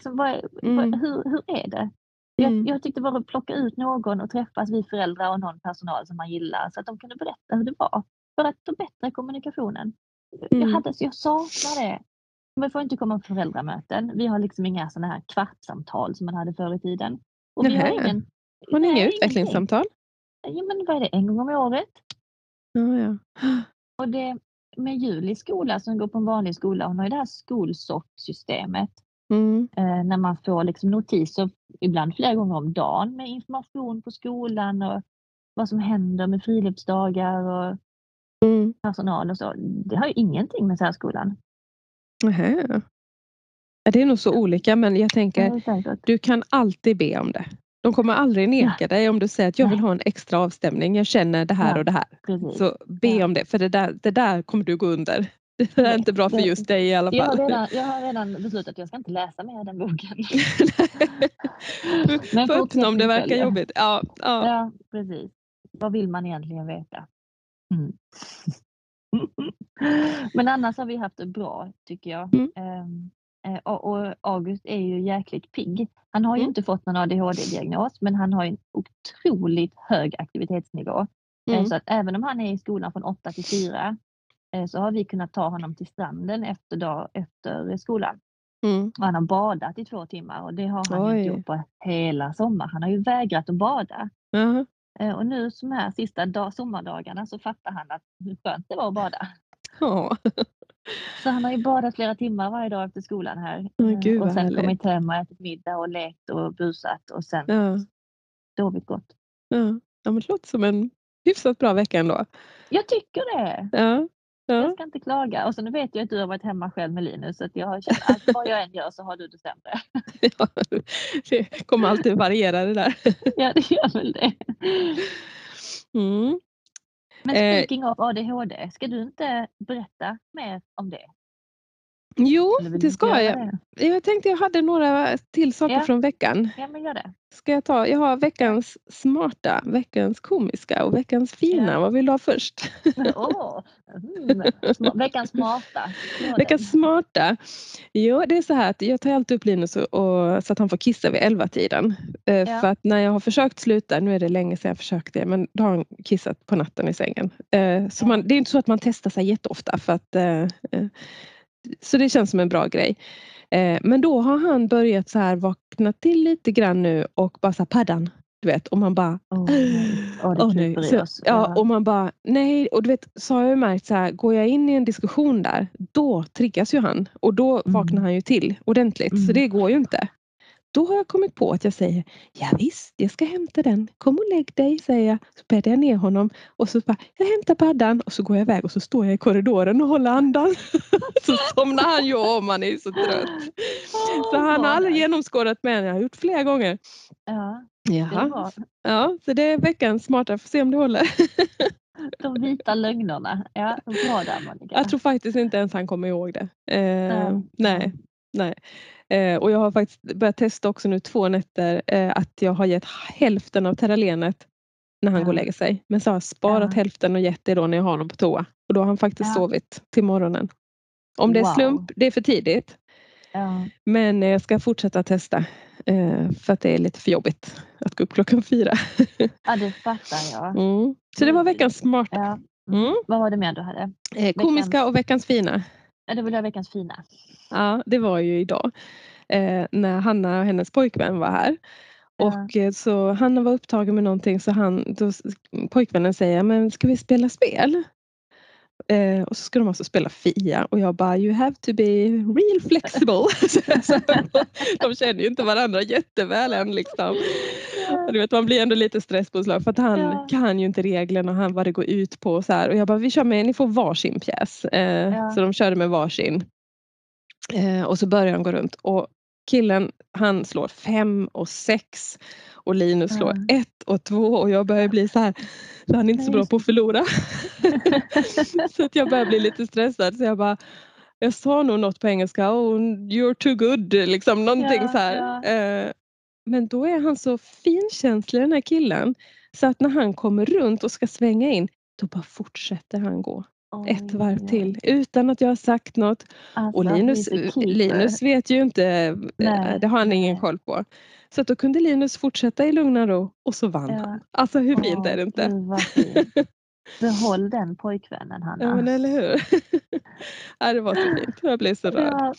[SPEAKER 2] Hur är det? Jag tyckte bara att plocka ut någon och träffas, vi föräldrar och någon personal som man gillar, så att de kunde berätta hur det var. För att förbättra kommunikationen. Jag saknar det. Vi får inte komma på föräldramöten. Vi har liksom inga sådana här kvartssamtal som man hade förr i tiden. Och vi
[SPEAKER 1] har ni inga utvecklingssamtal?
[SPEAKER 2] Ja, men vad är det? En gång om året?
[SPEAKER 1] Ja.
[SPEAKER 2] Och det med Julis skola som går på en vanlig skola, hon har ju det här skolsortsystemet. När man får liksom notiser ibland flera gånger om dagen med information på skolan och vad som händer med friluftsdagar och personal och så. Det har ju ingenting med särskolan.
[SPEAKER 1] Nähä. Det är nog så olika, men jag tänker du kan alltid be om det. De kommer aldrig neka dig om du säger att jag vill ha en extra avstämning. Jag känner det här och det här.
[SPEAKER 2] Precis.
[SPEAKER 1] Så be om det, för det där kommer du gå under. Det är inte bra för just dig i alla fall.
[SPEAKER 2] Jag har redan beslutat att jag ska inte läsa mer den boken.
[SPEAKER 1] Men få öppna om det verkar jobbigt.
[SPEAKER 2] Ja, precis. Vad vill man egentligen veta? Men annars har vi haft det bra, tycker jag. Och August är ju jäkligt pigg. Han har ju inte fått någon ADHD-diagnos, men han har en otroligt hög aktivitetsnivå. Så att även om han är i skolan från 8 till 4 så har vi kunnat ta honom till stranden efter skolan. Och han har badat i 2 timmar och det har han inte gjort på hela sommar. Han har ju vägrat att bada. Och nu som här sista sommardagarna så fattar han att hur skönt det var att bada. Så han har ju badat flera timmar varje dag efter skolan här. Och sen kommit hem och ätit middag och lekt och busat och sen sovit gott.
[SPEAKER 1] Ja, men det låter som en hyfsat bra vecka ändå.
[SPEAKER 2] Jag tycker det.
[SPEAKER 1] Ja.
[SPEAKER 2] Jag ska inte klaga. Och så nu vet jag att du har varit hemma själv med Linus, så att jag har känt att vad jag än gör så har du det sämre.
[SPEAKER 1] Ja, det kommer alltid variera det där.
[SPEAKER 2] Ja, det gör väl det. Men speaking of ADHD, ska du inte berätta mer om det?
[SPEAKER 1] Jo, det ska jag. Jag tänkte jag hade några till saker från veckan.
[SPEAKER 2] Ja, men gör det.
[SPEAKER 1] Ska jag ta? Jag har veckans smarta, veckans komiska och veckans fina. Vad vill du ha först?
[SPEAKER 2] Veckans smarta.
[SPEAKER 1] Veckans smarta. Jo, det är så här att jag tar alltid upp Linus så att han får kissa vid 11-tiden. För att när jag har försökt sluta, nu är det länge sedan jag försökte, men då har han kissat på natten i sängen. Så det är inte så att man testar sig jätteofta för att så det känns som en bra grej. Men då har han börjat så här vakna till lite grann nu och bara så här paddan, du vet, och man bara
[SPEAKER 2] nej.
[SPEAKER 1] Och man bara nej, och du vet, så har jag märkt så här, går jag in i en diskussion där, då triggas ju han och då vaknar han ju till ordentligt, så det går ju inte. Då har jag kommit på att jag säger, ja visst, jag ska hämta den. Kom och lägg dig, säger jag. Så bäddar jag ner honom. Och så bara, jag hämtar paddan. Och så går jag iväg och så står jag i korridoren och håller andan. Så somnar han ju om, han är så trött. Så han har aldrig genomskådat med henne. Jag har gjort flera gånger. Ja, så det är veckans smarta. Får se om det håller.
[SPEAKER 2] De vita lögnerna. Ja, bra där, Monica.
[SPEAKER 1] Jag tror faktiskt inte ens han kommer ihåg det. Nej. Och jag har faktiskt börjat testa också nu 2 nätter att jag har gett hälften av Terralenet när han går och lägger sig. Men så har jag sparat hälften och gett det då när jag har honom på toa. Och då har han faktiskt sovit till morgonen. Om det är slump, det är för tidigt.
[SPEAKER 2] Ja.
[SPEAKER 1] Men jag ska fortsätta testa. För att det är lite för jobbigt att gå upp 4:00.
[SPEAKER 2] Ja, det fattar jag.
[SPEAKER 1] Så det var veckans smarta.
[SPEAKER 2] Ja. Vad var det mer du hade?
[SPEAKER 1] Komiska och veckans fina.
[SPEAKER 2] Ja, det var veckans fina.
[SPEAKER 1] Ja, det var ju idag. När Hanna och hennes pojkvän var här. Och så Hanna var upptagen med någonting så pojkvännen säger, men ska vi spela spel? Och så ska de alltså spela Fia och jag bara, you have to be real flexible. Så de känner ju inte varandra jätteväl än liksom. Och du vet, man blir ändå lite stresspåslag för att han kan ju inte reglerna och vad det går ut på och så här. Och jag bara, vi kör med, ni får varsin pjäs. Så de körde med varsin. Och så börjar han gå runt och killen, han slår 5 och 6 och Linus slår 1 och 2 och jag börjar bli så här, så han är inte så bra på att förlora. Så att jag börjar bli lite stressad så jag sa nog något på engelska, oh you're too good, liksom någonting så här. Men då är han så finkänslig den här killen så att när han kommer runt och ska svänga in, då bara fortsätter han gå. Ett varv till utan att jag har sagt något. Alltså, och Linus vet ju inte, det har han ingen koll på. Så att då kunde Linus fortsätta i lugn och ro och så vann han. Alltså hur fint är det inte?
[SPEAKER 2] Behåll den pojkvännen, Hanna.
[SPEAKER 1] Ja men eller hur? Ja, det var så fint, jag blev så rörd.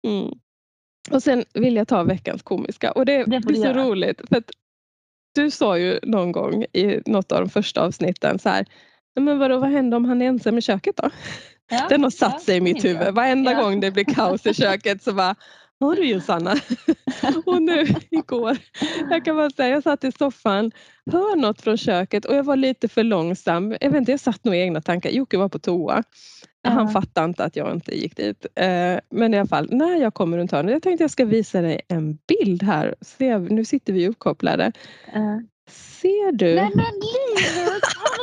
[SPEAKER 1] Och sen vill jag ta veckans komiska. Och det blir så roligt för att du sa ju någon gång i något av de första avsnitten så här, men vad händer om han är ensam i köket då? Ja, den har satt sig i mitt huvud. Varenda gång det blir kaos i köket så bara, hör du ju Sanna? Och nu igår, jag kan bara säga, jag satt i soffan, hör något från köket och jag var lite för långsam. Jag vet inte, jag satt nog i egna tankar. Jocke var på toa. Han fattade inte att jag inte gick dit. Men i alla fall, när jag kommer runt hörnet, jag tänkte jag ska visa dig en bild här. Nu sitter vi uppkopplade. Ser du?
[SPEAKER 2] Nej men Linus,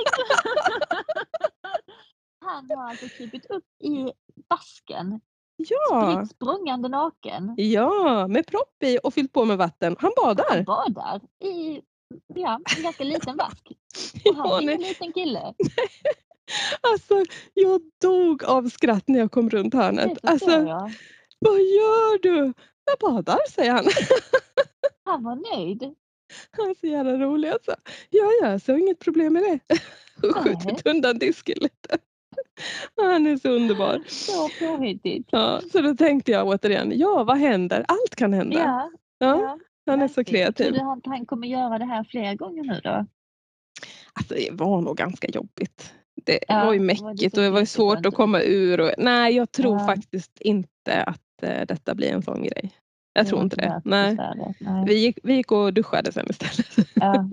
[SPEAKER 2] han har alltså krypit upp i basken.
[SPEAKER 1] Ja.
[SPEAKER 2] Språngande naken.
[SPEAKER 1] Ja, med propp i och fyllt på med vatten. Han badar.
[SPEAKER 2] Han badar i en ganska liten vask. Och han är en liten kille.
[SPEAKER 1] Alltså, jag dog av skratt när jag kom runt hörnet. Alltså, vad gör du? Jag badar, säger han.
[SPEAKER 2] Han var nöjd.
[SPEAKER 1] Han är så jävla rolig alltså. Ja, så inget problem med det. Skjutit undan disken lite. Han är så underbar.
[SPEAKER 2] Så påhittigt.
[SPEAKER 1] Ja, så då tänkte jag återigen, vad händer? Allt kan hända. Ja, han är så kreativ.
[SPEAKER 2] Tror du att han kommer göra det här fler gånger nu då?
[SPEAKER 1] Alltså det var nog ganska jobbigt. Det var ju mäckigt och det var svårt att komma ur. Nej, jag tror faktiskt inte att detta blir en sån grej. Jag tror inte det. Nej. Vi gick och duschade sen istället.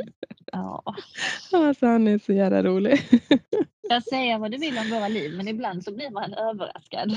[SPEAKER 1] Alltså han är så jävla rolig.
[SPEAKER 2] Jag säger vad du vill om våra liv, men ibland så blir man överraskad.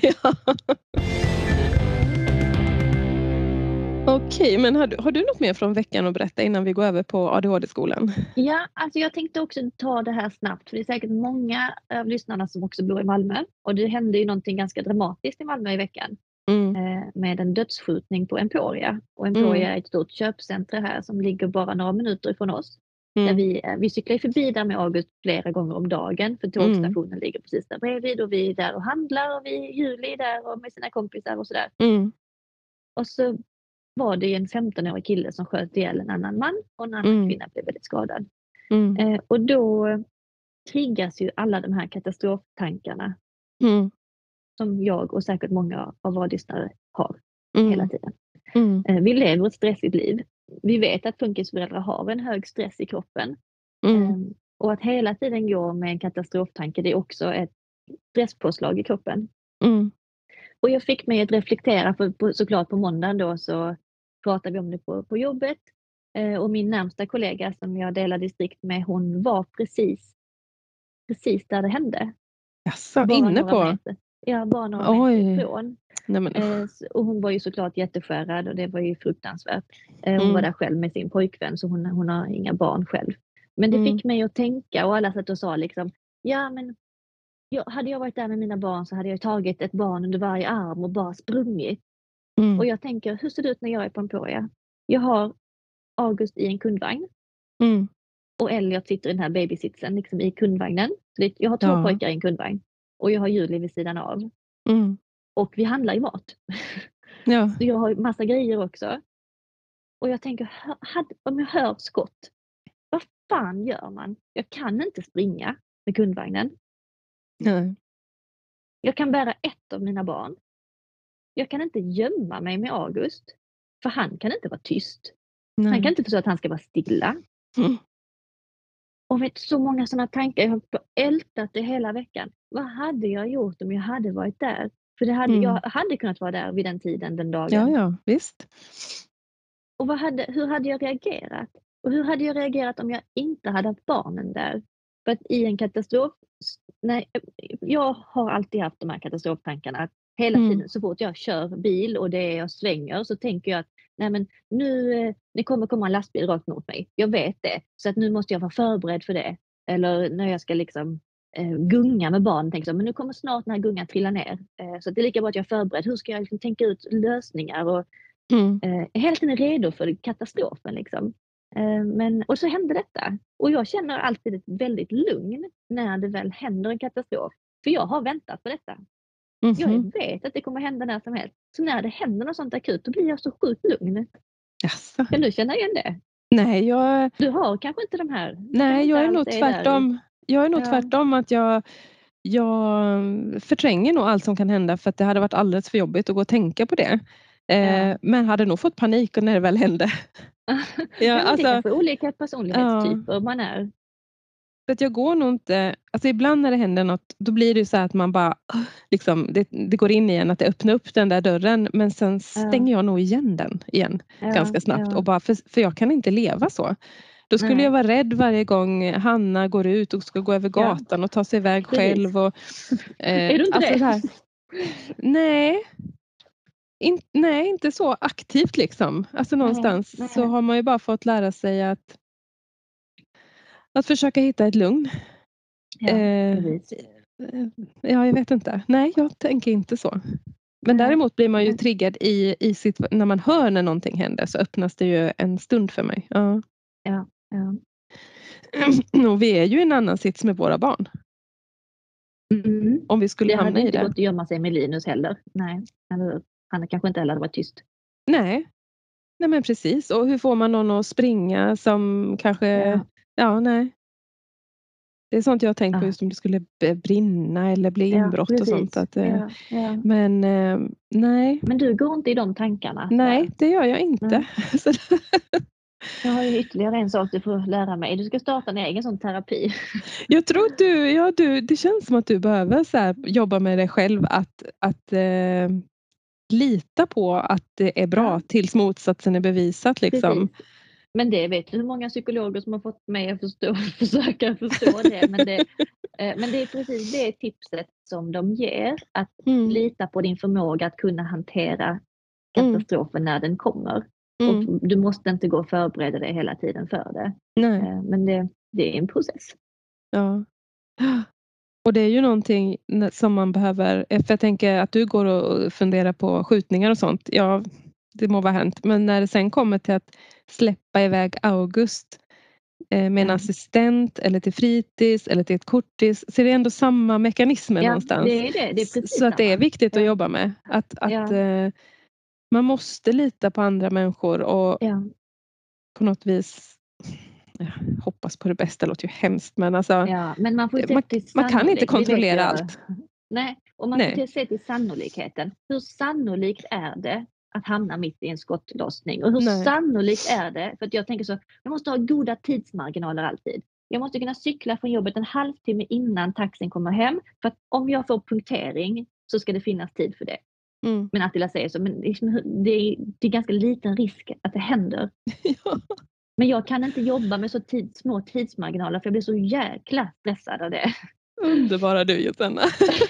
[SPEAKER 1] Okej, men har du något mer från veckan att berätta innan vi går över på ADHD-skolan?
[SPEAKER 2] Ja, alltså jag tänkte också ta det här snabbt. För det är säkert många av lyssnarna som också bor i Malmö. Och det hände ju någonting ganska dramatiskt i Malmö i veckan. Med en dödsskjutning på Emporia. Och Emporia är ett stort köpcenter här som ligger bara några minuter ifrån oss. Där vi cyklar förbi där med August flera gånger om dagen. För tågstationen ligger precis där bredvid. Och vi är där och handlar. Och Julie är där och med sina kompisar och sådär. Och så var det en 15-årig kille som sköt ihjäl en annan man. Och en annan kvinna blev väldigt skadad. Och då triggas ju alla de här katastroftankarna. Som jag och säkert många av våra lyssnare har hela tiden. Vi lever ett stressigt liv. Vi vet att funkisföräldrar har en hög stress i kroppen. Och att hela tiden gå med en katastroftanke, det är också ett stresspåslag i kroppen. Och jag fick mig att reflektera, såklart på måndagen då så pratade vi om det på jobbet. Och min närmsta kollega som jag delar distrikt med, hon var precis där det hände.
[SPEAKER 1] Jaså, inne på?
[SPEAKER 2] Meter. Ja, bara några meter ifrån. Och hon var ju såklart jätteskärrad och det var ju fruktansvärt. Hon var där själv med sin pojkvän så hon har inga barn själv. Men det fick mig att tänka och alla satt och sa liksom, hade jag varit där med mina barn så hade jag tagit ett barn under varje arm och bara sprungit. Och jag tänker, hur ser det ut när jag är på Emporia? Jag har August i en kundvagn. Och och Elliot sitter i den här babysitsen liksom i kundvagnen. Så jag har 2 pojkar i en kundvagn och jag har Julie vid sidan av. Och vi handlar i mat.
[SPEAKER 1] Ja.
[SPEAKER 2] Så jag har massa grejer också. Och jag tänker, om jag hör skott, vad fan gör man? Jag kan inte springa med kundvagnen.
[SPEAKER 1] Nej.
[SPEAKER 2] Jag kan bära ett av mina barn. Jag kan inte gömma mig med August. För han kan inte vara tyst.
[SPEAKER 1] Nej.
[SPEAKER 2] Han kan inte förstå att han ska vara stilla. Och vet, så många sådana tankar. Jag har ältat det hela veckan. Vad hade jag gjort om jag hade varit där? För jag hade kunnat vara där vid den tiden, den dagen.
[SPEAKER 1] Ja, visst.
[SPEAKER 2] Och hur hade jag reagerat? Och hur hade jag reagerat om jag inte hade haft barnen där? För att i en katastrof, jag har alltid haft de här katastroftankarna. Att hela tiden så fort jag kör bil och jag svänger så tänker jag att nej men nu kommer komma en lastbil rakt mot mig. Jag vet det. Så att nu måste jag vara förberedd för det. Eller när jag ska liksom gunga med barn. Tänker så, men nu kommer snart den här gungan trilla ner. Så det är lika bra att jag är förberedd. Hur ska jag liksom tänka ut lösningar och hela tiden redo för katastrofen liksom. Och så hände detta. Och jag känner alltid ett väldigt lugn när det väl händer en katastrof. För jag har väntat på detta. Jag vet att det kommer hända när som helst. Så när det händer något sånt akut, då blir jag så sjukt lugn.
[SPEAKER 1] Jaså.
[SPEAKER 2] Kan du känna igen det?
[SPEAKER 1] Nej,
[SPEAKER 2] Du har kanske inte de här...
[SPEAKER 1] Nej, jag är nog tvärtom. Jag är nog tvärtom att jag förtränger nog allt som kan hända för att det hade varit alldeles för jobbigt att gå och tänka på det. Men hade nog fått panik när det väl hände.
[SPEAKER 2] Det är kanske olika personlighetstyper man är.
[SPEAKER 1] För att jag går nog inte, alltså ibland när det händer något, då blir det så här att man bara liksom, det går in igen, att det öppnar upp den där dörren, men sen stänger jag nog igen den igen ganska snabbt och bara för jag kan inte leva så. Då skulle jag vara rädd varje gång Hanna går ut och ska gå över gatan och ta sig iväg själv och
[SPEAKER 2] är du inte
[SPEAKER 1] alltså
[SPEAKER 2] det?
[SPEAKER 1] Så här, nej, inte så aktivt liksom. Alltså någonstans så har man ju bara fått lära sig att försöka hitta ett lugn. Jag vet inte. Nej, jag tänker inte så. Men däremot blir man ju triggad i sitt, när man hör när någonting händer så öppnas det ju en stund för mig. Ja. Och vi är ju i en annan sits med våra barn. Om vi skulle hamna i det.
[SPEAKER 2] Det hade inte gått att gömma sig med Linus heller. Nej, han kanske inte heller hade varit tyst.
[SPEAKER 1] Nej men precis. Och hur får man någon att springa som kanske... nej. Det är sånt jag har tänkt på just om det skulle brinna eller bli inbrott och sånt. Men nej.
[SPEAKER 2] Men du går inte i de tankarna?
[SPEAKER 1] Nej, det gör jag inte.
[SPEAKER 2] Jag har ju ytterligare en sak du får lära mig. Du ska starta en egen sån terapi.
[SPEAKER 1] Jag tror det känns som att du behöver så här, jobba med dig själv att lita på att det är bra tills motsatsen är bevisat liksom.
[SPEAKER 2] Precis. Men det vet du hur många psykologer som har fått mig att försöka förstå det. Men det är precis det tipset som de ger. Att lita på din förmåga att kunna hantera katastrofen när den kommer. Och du måste inte gå och förbereda dig hela tiden för det.
[SPEAKER 1] Nej.
[SPEAKER 2] Men det är en process.
[SPEAKER 1] Ja. Och det är ju någonting som man behöver, för jag tänker att du går och funderar på skjutningar och sånt. Ja, det må vara hänt. Men när det sen kommer till att släppa iväg August med en assistent eller till fritids eller till ett kortis, så är det ändå samma mekanismer någonstans.
[SPEAKER 2] Det är precis
[SPEAKER 1] så att det är viktigt att jobba med. Att man måste lita på andra människor och på något vis hoppas på det bästa, låter ju hemskt, men alltså
[SPEAKER 2] men man får
[SPEAKER 1] man kan inte kontrollera allt.
[SPEAKER 2] Nej, och man får se till sannolikheten. Hur sannolikt är det att hamna mitt i en skottlossning? Och hur sannolikt är det? För att jag tänker så, jag måste ha goda tidsmarginaler alltid. Jag måste kunna cykla från jobbet en halvtimme innan taxin kommer hem. För att om jag får punktering så ska det finnas tid för det. Men Attila säger så, men det är ganska liten risk att det händer. Men jag kan inte jobba med så små tidsmarginaler för jag blir så jäkla stressad av det.
[SPEAKER 1] Underbara du, Jotanna.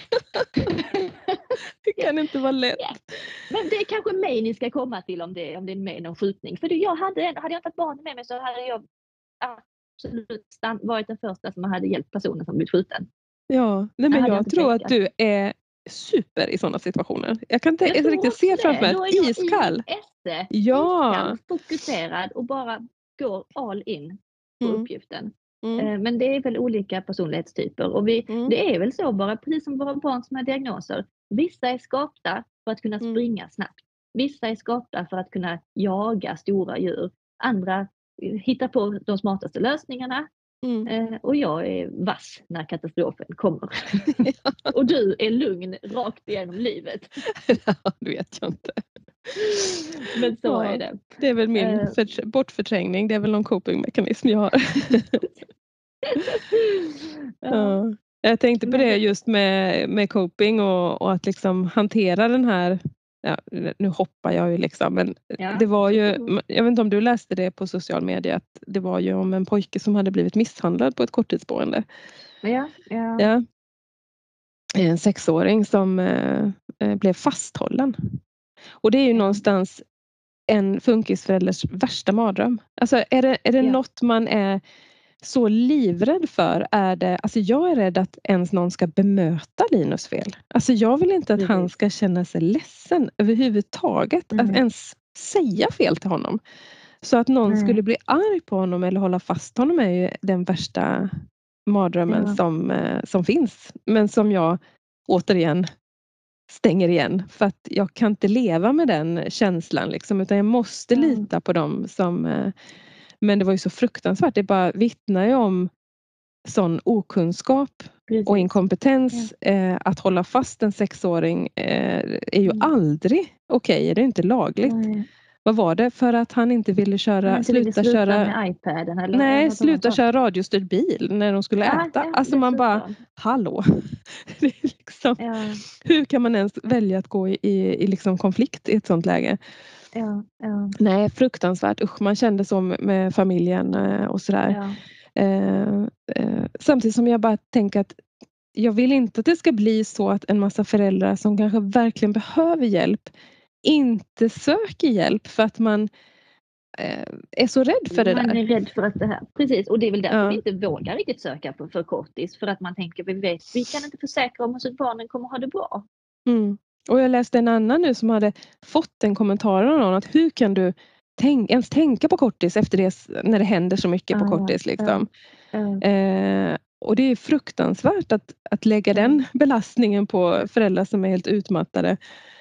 [SPEAKER 1] Det kan inte vara lätt.
[SPEAKER 2] Men det är kanske mig ni ska komma till om det är med någon skjutning. För hade jag inte haft barnen med mig så hade jag absolut varit den första som hade hjälpt personen som blivit skjuten.
[SPEAKER 1] Ja, men jag tror att du är super i sådana situationer. Jag kan inte riktigt se framför mig iskall.
[SPEAKER 2] Iskall, fokuserad och bara går all in på uppgiften. Men det är väl olika personlighetstyper och det är väl så bara, precis som våra barn som har diagnoser. Vissa är skapta för att kunna springa snabbt. Vissa är skapta för att kunna jaga stora djur. Andra hittar på de smartaste lösningarna. Och jag är vass när katastrofen kommer. Och du är lugn rakt igenom livet.
[SPEAKER 1] Det vet jag inte.
[SPEAKER 2] Men så är det.
[SPEAKER 1] Det är väl min bortförträngning. Det är väl någon copingmekanism jag har. Ja. Jag tänkte på det just med coping och att liksom hantera den här. Ja, nu hoppar jag ju liksom, men det var ju, jag vet inte om du läste det på social media, att det var ju om en pojke som hade blivit misshandlad på ett korttidsboende.
[SPEAKER 2] Ja.
[SPEAKER 1] En 6-åring som blev fasthållen. Och det är ju någonstans en funkisförälders värsta mardröm. Alltså är det något man är så livrädd för, alltså jag är rädd att ens någon ska bemöta Linus fel. Alltså jag vill inte att han ska känna sig ledsen överhuvudtaget. Att ens säga fel till honom. Så att någon skulle bli arg på honom eller hålla fast honom är ju den värsta mardrömmen som finns. Men som jag återigen stänger igen. För att jag kan inte leva med den känslan liksom, utan jag måste lita på dem som. Men det var ju så fruktansvärt. Det bara vittnar ju om sån okunskap och inkompetens. Att hålla fast en 6-åring är ju aldrig okej. Det är inte lagligt. Vad var det? För att han inte ville sluta köra
[SPEAKER 2] med iPaden, eller
[SPEAKER 1] sluta köra radiostyrd bil när de skulle äta. Alltså man bara, hallå. Det är liksom, hur kan man ens välja att gå i liksom konflikt i ett sånt läge? Nej, fruktansvärt. Usch, man kände så med familjen och sådär. Samtidigt som jag bara tänker att jag vill inte att det ska bli så att en massa föräldrar som kanske verkligen behöver hjälp inte söker hjälp för att man är så rädd för det där.
[SPEAKER 2] Man är rädd för att det här, precis, och det är väl därför vi inte vågar riktigt söka för kortis, för att man tänker, vi kan inte försäkra om att barnen kommer ha det bra.
[SPEAKER 1] Och jag läste en annan nu som hade fått en kommentar av någon att hur kan du ens tänka på kortis efter det, när det händer så mycket på kortis liksom. Och det är fruktansvärt att lägga den belastningen på föräldrar som är helt utmattade.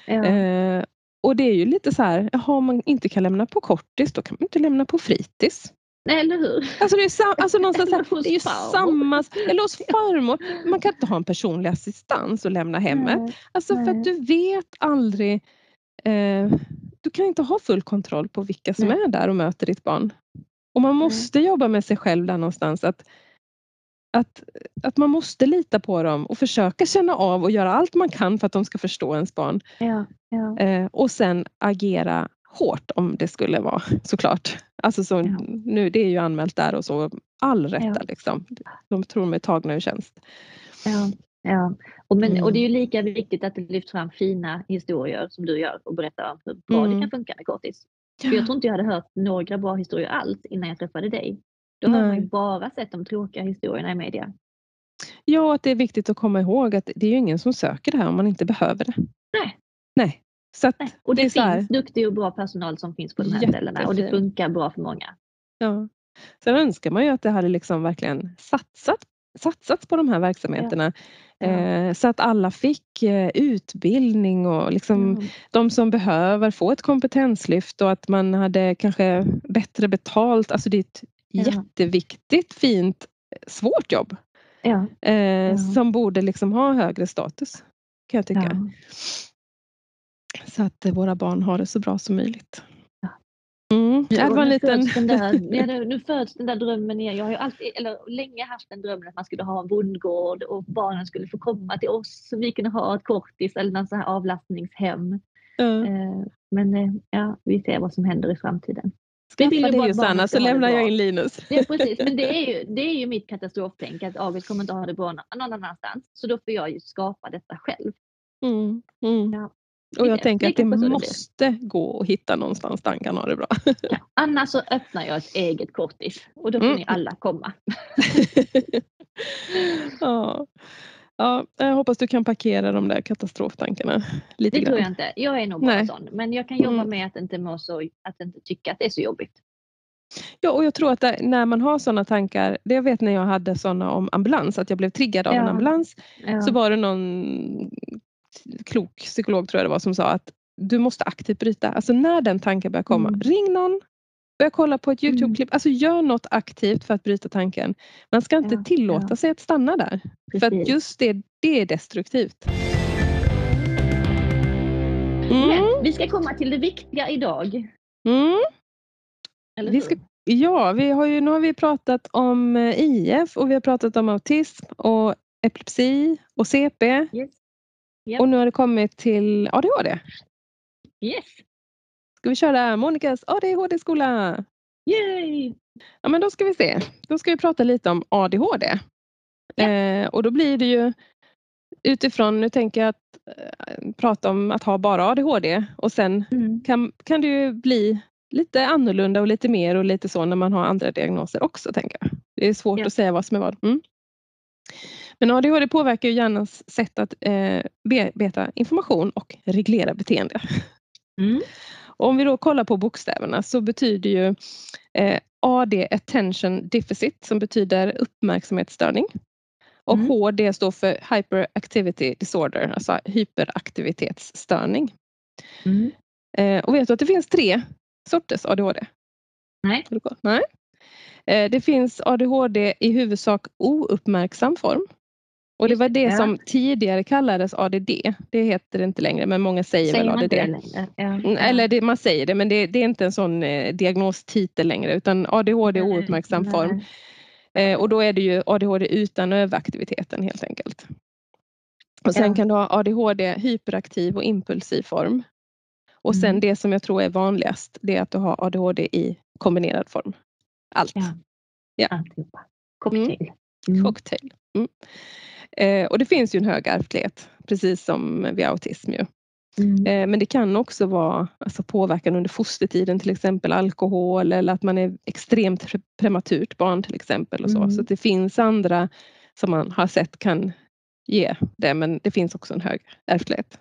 [SPEAKER 1] Och det är ju lite så här, om man inte kan lämna på kortis, då kan man inte lämna på fritids.
[SPEAKER 2] Nej, eller hur?
[SPEAKER 1] Alltså det är någonstans det är ju samma, eller hos farmor. Man kan inte ha en personlig assistans och lämna hemmet. Alltså för att du vet aldrig, du kan inte ha full kontroll på vilka som är där och möter ditt barn. Och man måste jobba med sig själv där någonstans, att man måste lita på dem och försöka känna av och göra allt man kan för att de ska förstå ens barn. Och sen agera hårt om det skulle vara, såklart. Alltså så, nu, det är ju anmält där och så, all rätta liksom. De tror de är tagna ur tjänst.
[SPEAKER 2] Och det är ju lika viktigt att du lyfter fram fina historier som du gör och berättar om hur bra det kan funka med kortis. För jag tror inte jag hade hört några bra historier alls innan jag träffade dig. Då har man ju bara sett de tråkiga historierna i media.
[SPEAKER 1] Ja, att det är viktigt att komma ihåg att det är ju ingen som söker det här om man inte behöver det. Nej. Så att
[SPEAKER 2] och det finns duktig och bra personal som finns på de här ställena, och det funkar bra för många.
[SPEAKER 1] Ja. Sen önskar man ju att det hade liksom verkligen satsats på de här verksamheterna. Så att alla fick utbildning och liksom de som behöver få ett kompetenslyft, och att man hade kanske bättre betalt. Alltså det är ett jätteviktigt, fint, svårt jobb. Som borde liksom ha högre status, kan jag tycka. Så att våra barn har det så bra som möjligt. Det var en liten...
[SPEAKER 2] nu föds den där drömmen igen. Jag har ju länge haft en dröm att man skulle ha en bondgård och barnen skulle få komma till oss så vi kunde ha ett kortis eller någon sån här avlastningshem. Men vi ser vad som händer i framtiden.
[SPEAKER 1] Skaffa det ju Sanna, så lämnar jag in Linus.
[SPEAKER 2] Ja, precis. Men det är ju mitt katastroftänk, att August kommer inte ha det bra någon annanstans. Så då får jag ju skapa detta själv.
[SPEAKER 1] Och jag tänker att det måste gå och hitta någonstans där han kan ha det bra.
[SPEAKER 2] Annars så öppnar jag ett eget kortis och då får ni alla komma.
[SPEAKER 1] Ja, jag hoppas du kan parkera de där katastroftankarna lite grann.
[SPEAKER 2] Det tror jag inte. Jag är nog bara sån. Men jag kan jobba med att inte tycka att det är så jobbigt.
[SPEAKER 1] Ja, och jag tror att när man har sådana tankar, det jag vet när jag hade sådana om ambulans, att jag blev triggad av en ambulans, så var det någon klok psykolog tror jag det var som sa att du måste aktivt bryta. Alltså när den tanken börjar komma, ring någon, börja kolla på ett YouTube-klipp, alltså gör något aktivt för att bryta tanken. Man ska inte tillåta sig att stanna där. Precis. För att just det är destruktivt.
[SPEAKER 2] Men vi ska komma till det viktiga idag. Eller
[SPEAKER 1] nu har vi pratat om IF och vi har pratat om autism och epilepsi och CP.
[SPEAKER 2] Yes. Yep.
[SPEAKER 1] Och nu har det kommit till ADHD.
[SPEAKER 2] Yes.
[SPEAKER 1] Ska vi köra Monikas ADHD-skola?
[SPEAKER 2] Yay!
[SPEAKER 1] Ja, men då ska vi se. Då ska vi prata lite om ADHD. Och då blir det ju utifrån, nu tänker jag att prata om att ha bara ADHD. Och sen kan det ju bli lite annorlunda och lite mer och lite så när man har andra diagnoser också, tänker jag. Det är svårt att säga vad som är vad. Men ADHD påverkar ju hjärnans sätt att bearbeta information och reglera beteende. Och om vi då kollar på bokstäverna så betyder ju AD Attention Deficit som betyder uppmärksamhetsstörning. Och HD står för Hyperactivity Disorder, alltså hyperaktivitetsstörning. Och vet du att det finns 3 sorters ADHD?
[SPEAKER 2] Nej.
[SPEAKER 1] Nej. Det finns ADHD i huvudsak ouppmärksam form. Och det var det som tidigare kallades ADD. Det heter det inte längre, men många säger väl ADD. Eller man säger det, men det är inte en sån diagnostitel längre, utan ADHD är ouppmärksam form. Och då är det ju ADHD utan överaktiviteten helt enkelt. Och sen kan du ha ADHD hyperaktiv och impulsiv form. Och sen det som jag tror är vanligast, det är att du har ADHD i kombinerad form. Allt.
[SPEAKER 2] Alltihopa. Cocktail.
[SPEAKER 1] Cocktail. Och det finns ju en hög ärftlighet, precis som vid autism ju. Men det kan också vara påverkan under fostertiden, till exempel alkohol eller att man är extremt prematurt barn till exempel. Och så det finns andra som man har sett kan ge det, men det finns också en hög ärftlighet.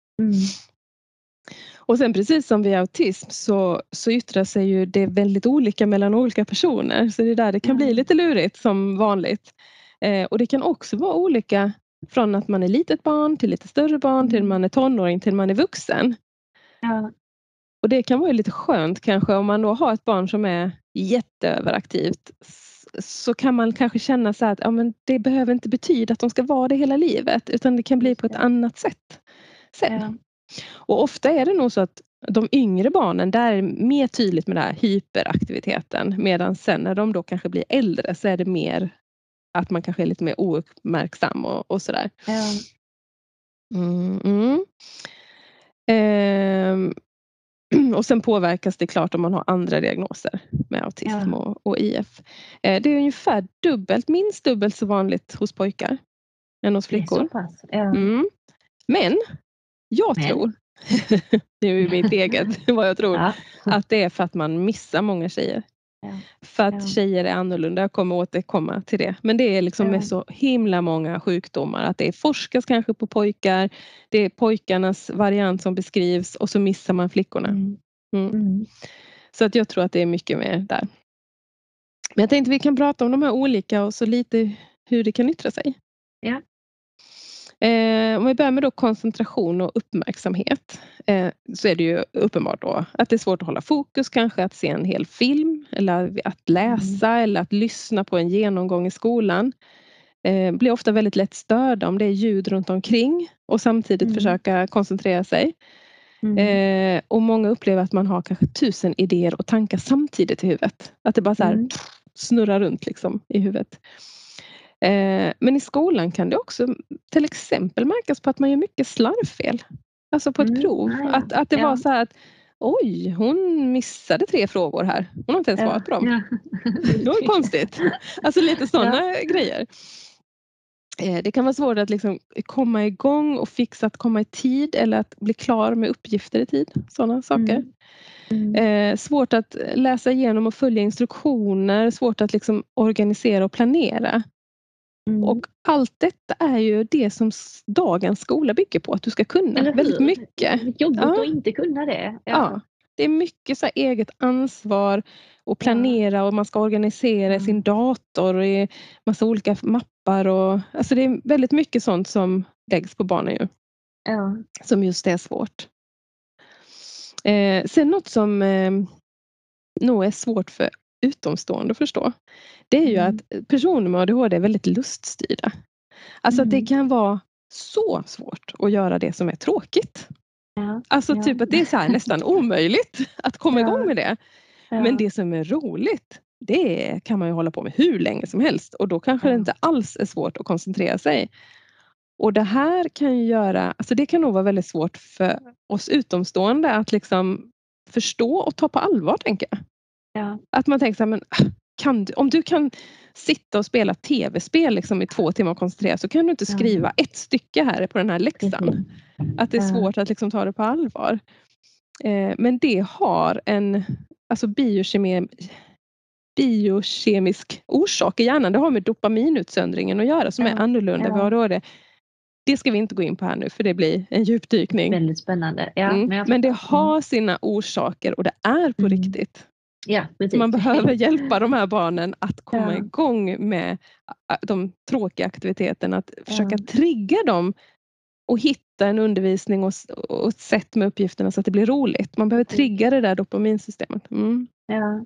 [SPEAKER 1] Och sen precis som vid autism så yttrar sig ju det väldigt olika mellan olika personer. Så det är där det kan bli lite lurigt som vanligt. Och det kan också vara olika från att man är litet barn till lite större barn till man är tonåring till man är vuxen. Och det kan vara lite skönt kanske om man då har ett barn som är jätteöveraktivt, så kan man kanske känna så här att men det behöver inte betyda att de ska vara det hela livet, utan det kan bli på ett annat sätt sen. Och ofta är det nog så att de yngre barnen, där är mer tydligt med den här hyperaktiviteten, medan sen när de då kanske blir äldre så är det mer att man kanske är lite mer ouppmärksam och sådär. Och sen påverkas det klart om man har andra diagnoser med autism och IF. Det är ungefär minst dubbelt så vanligt hos pojkar än hos flickor.
[SPEAKER 2] Det är så pass.
[SPEAKER 1] Men jag tror, det är ju mitt eget vad jag tror, att det är för att man missar många tjejer. För att tjejer är annorlunda, jag kommer återkomma till det. Men det är liksom med så himla många sjukdomar att det forskas kanske på pojkar. Det är pojkarnas variant som beskrivs och så missar man flickorna. Så att jag tror att det är mycket mer där. Men jag tänkte vi kan prata om de här olika och så lite hur det kan yttra sig. Om vi börjar med då koncentration och uppmärksamhet, så är det ju uppenbart då att det är svårt att hålla fokus, kanske att se en hel film eller att läsa eller att lyssna på en genomgång i skolan. Blir ofta väldigt lätt störda om det är ljud runt omkring och samtidigt försöka koncentrera sig. Och många upplever att man har kanske 1000 idéer och tankar samtidigt i huvudet. Att det bara så här snurrar runt liksom i huvudet. Men i skolan kan det också till exempel märkas på att man gör mycket slarvfel. Alltså på ett prov. Att det var så här att oj, hon missade 3 frågor här. Hon har inte ens svarat på dem. Det var konstigt. Alltså lite sådana grejer. Det kan vara svårt att liksom komma igång och fixa att komma i tid eller att bli klar med uppgifter i tid. Sådana saker. Svårt att läsa igenom och följa instruktioner. Svårt att liksom organisera och planera. Och allt detta är ju det som dagens skola bygger på. Att du ska kunna väldigt mycket.
[SPEAKER 2] Jobbigt att inte kunna det.
[SPEAKER 1] det är mycket så här eget ansvar och planera och man ska organisera sin dator i massa olika mappar och alltså det är väldigt mycket sånt som läggs på barnen ju.
[SPEAKER 2] Ja.
[SPEAKER 1] Som just det är svårt. Sen något som nog är svårt för utomstående att förstå. Det är ju att personer med ADHD är väldigt luststyrda. Alltså att det kan vara så svårt att göra det som är tråkigt.
[SPEAKER 2] Ja.
[SPEAKER 1] Alltså typ att det är så här nästan omöjligt att komma igång med det. Men det som är roligt, det kan man ju hålla på med hur länge som helst. Och då kanske det inte alls är svårt att koncentrera sig. Och det här kan ju göra, alltså det kan nog vara väldigt svårt för oss utomstående att liksom förstå och ta på allvar, tänker jag.
[SPEAKER 2] Ja.
[SPEAKER 1] Att man tänker så här, men om du kan sitta och spela tv-spel liksom i 2 timmar och koncentrera, så kan du inte skriva ett stycke här på den här läxan. Att det är svårt att liksom ta det på allvar. Men det har en alltså biokemisk orsak i hjärnan. Det har med dopaminutsöndringen att göra som är annorlunda vid ADHD. Det ska vi inte gå in på här nu för det blir en djupdykning.
[SPEAKER 2] Väldigt spännande.
[SPEAKER 1] Men det har sina orsaker och det är på riktigt.
[SPEAKER 2] Ja, precis.
[SPEAKER 1] Man behöver hjälpa de här barnen att komma igång med de tråkiga aktiviteterna. Att försöka trigga dem och hitta en undervisning och ett sätt med uppgifterna så att det blir roligt. Man behöver trigga det där dopaminsystemet.
[SPEAKER 2] Ja.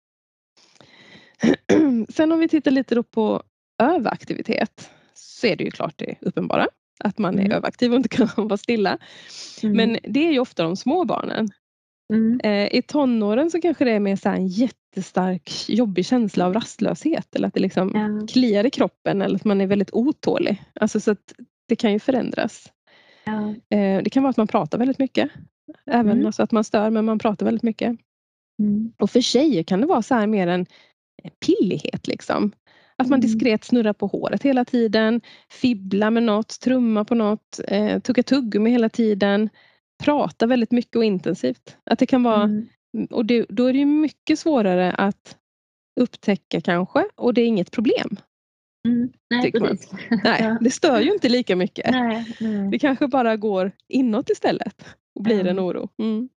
[SPEAKER 1] Sen om vi tittar lite då på överaktivitet så är det ju klart det uppenbara. Att man är överaktiv och inte kan vara stilla. Men det är ju ofta de små barnen. I tonåren så kanske det är mer så här en jättestark jobbig känsla av rastlöshet. Eller att det liksom kliar i kroppen. Eller att man är väldigt otålig. Alltså så att det kan ju förändras. Det kan vara att man pratar väldigt mycket. Även alltså att man stör men man pratar väldigt mycket. Och för tjejer kan det vara så här mer en pillighet liksom. Att man diskret snurrar på håret hela tiden. Fibblar med något, trumma på något. Tugga tuggummi hela tiden. Prata väldigt mycket och intensivt. Att det kan vara, och då är det ju mycket svårare att upptäcka kanske. Och det är inget problem.
[SPEAKER 2] Nej, precis.
[SPEAKER 1] Nej, det stör ju inte lika mycket.
[SPEAKER 2] Nej.
[SPEAKER 1] Det kanske bara går inåt istället. Och blir en oro.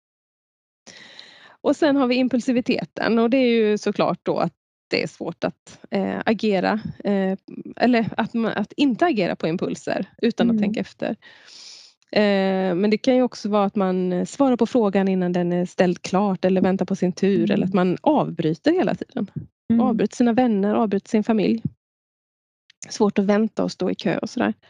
[SPEAKER 1] Och sen har vi impulsiviteten. Och det är ju såklart då att det är svårt att agera. Eller att inte agera på impulser. Utan att tänka efter. Men det kan ju också vara att man svarar på frågan innan den är ställd klart. Eller väntar på sin tur. Eller att man avbryter hela tiden. Avbryter sina vänner, avbryter sin familj. Svårt att vänta och stå i kö och sådär.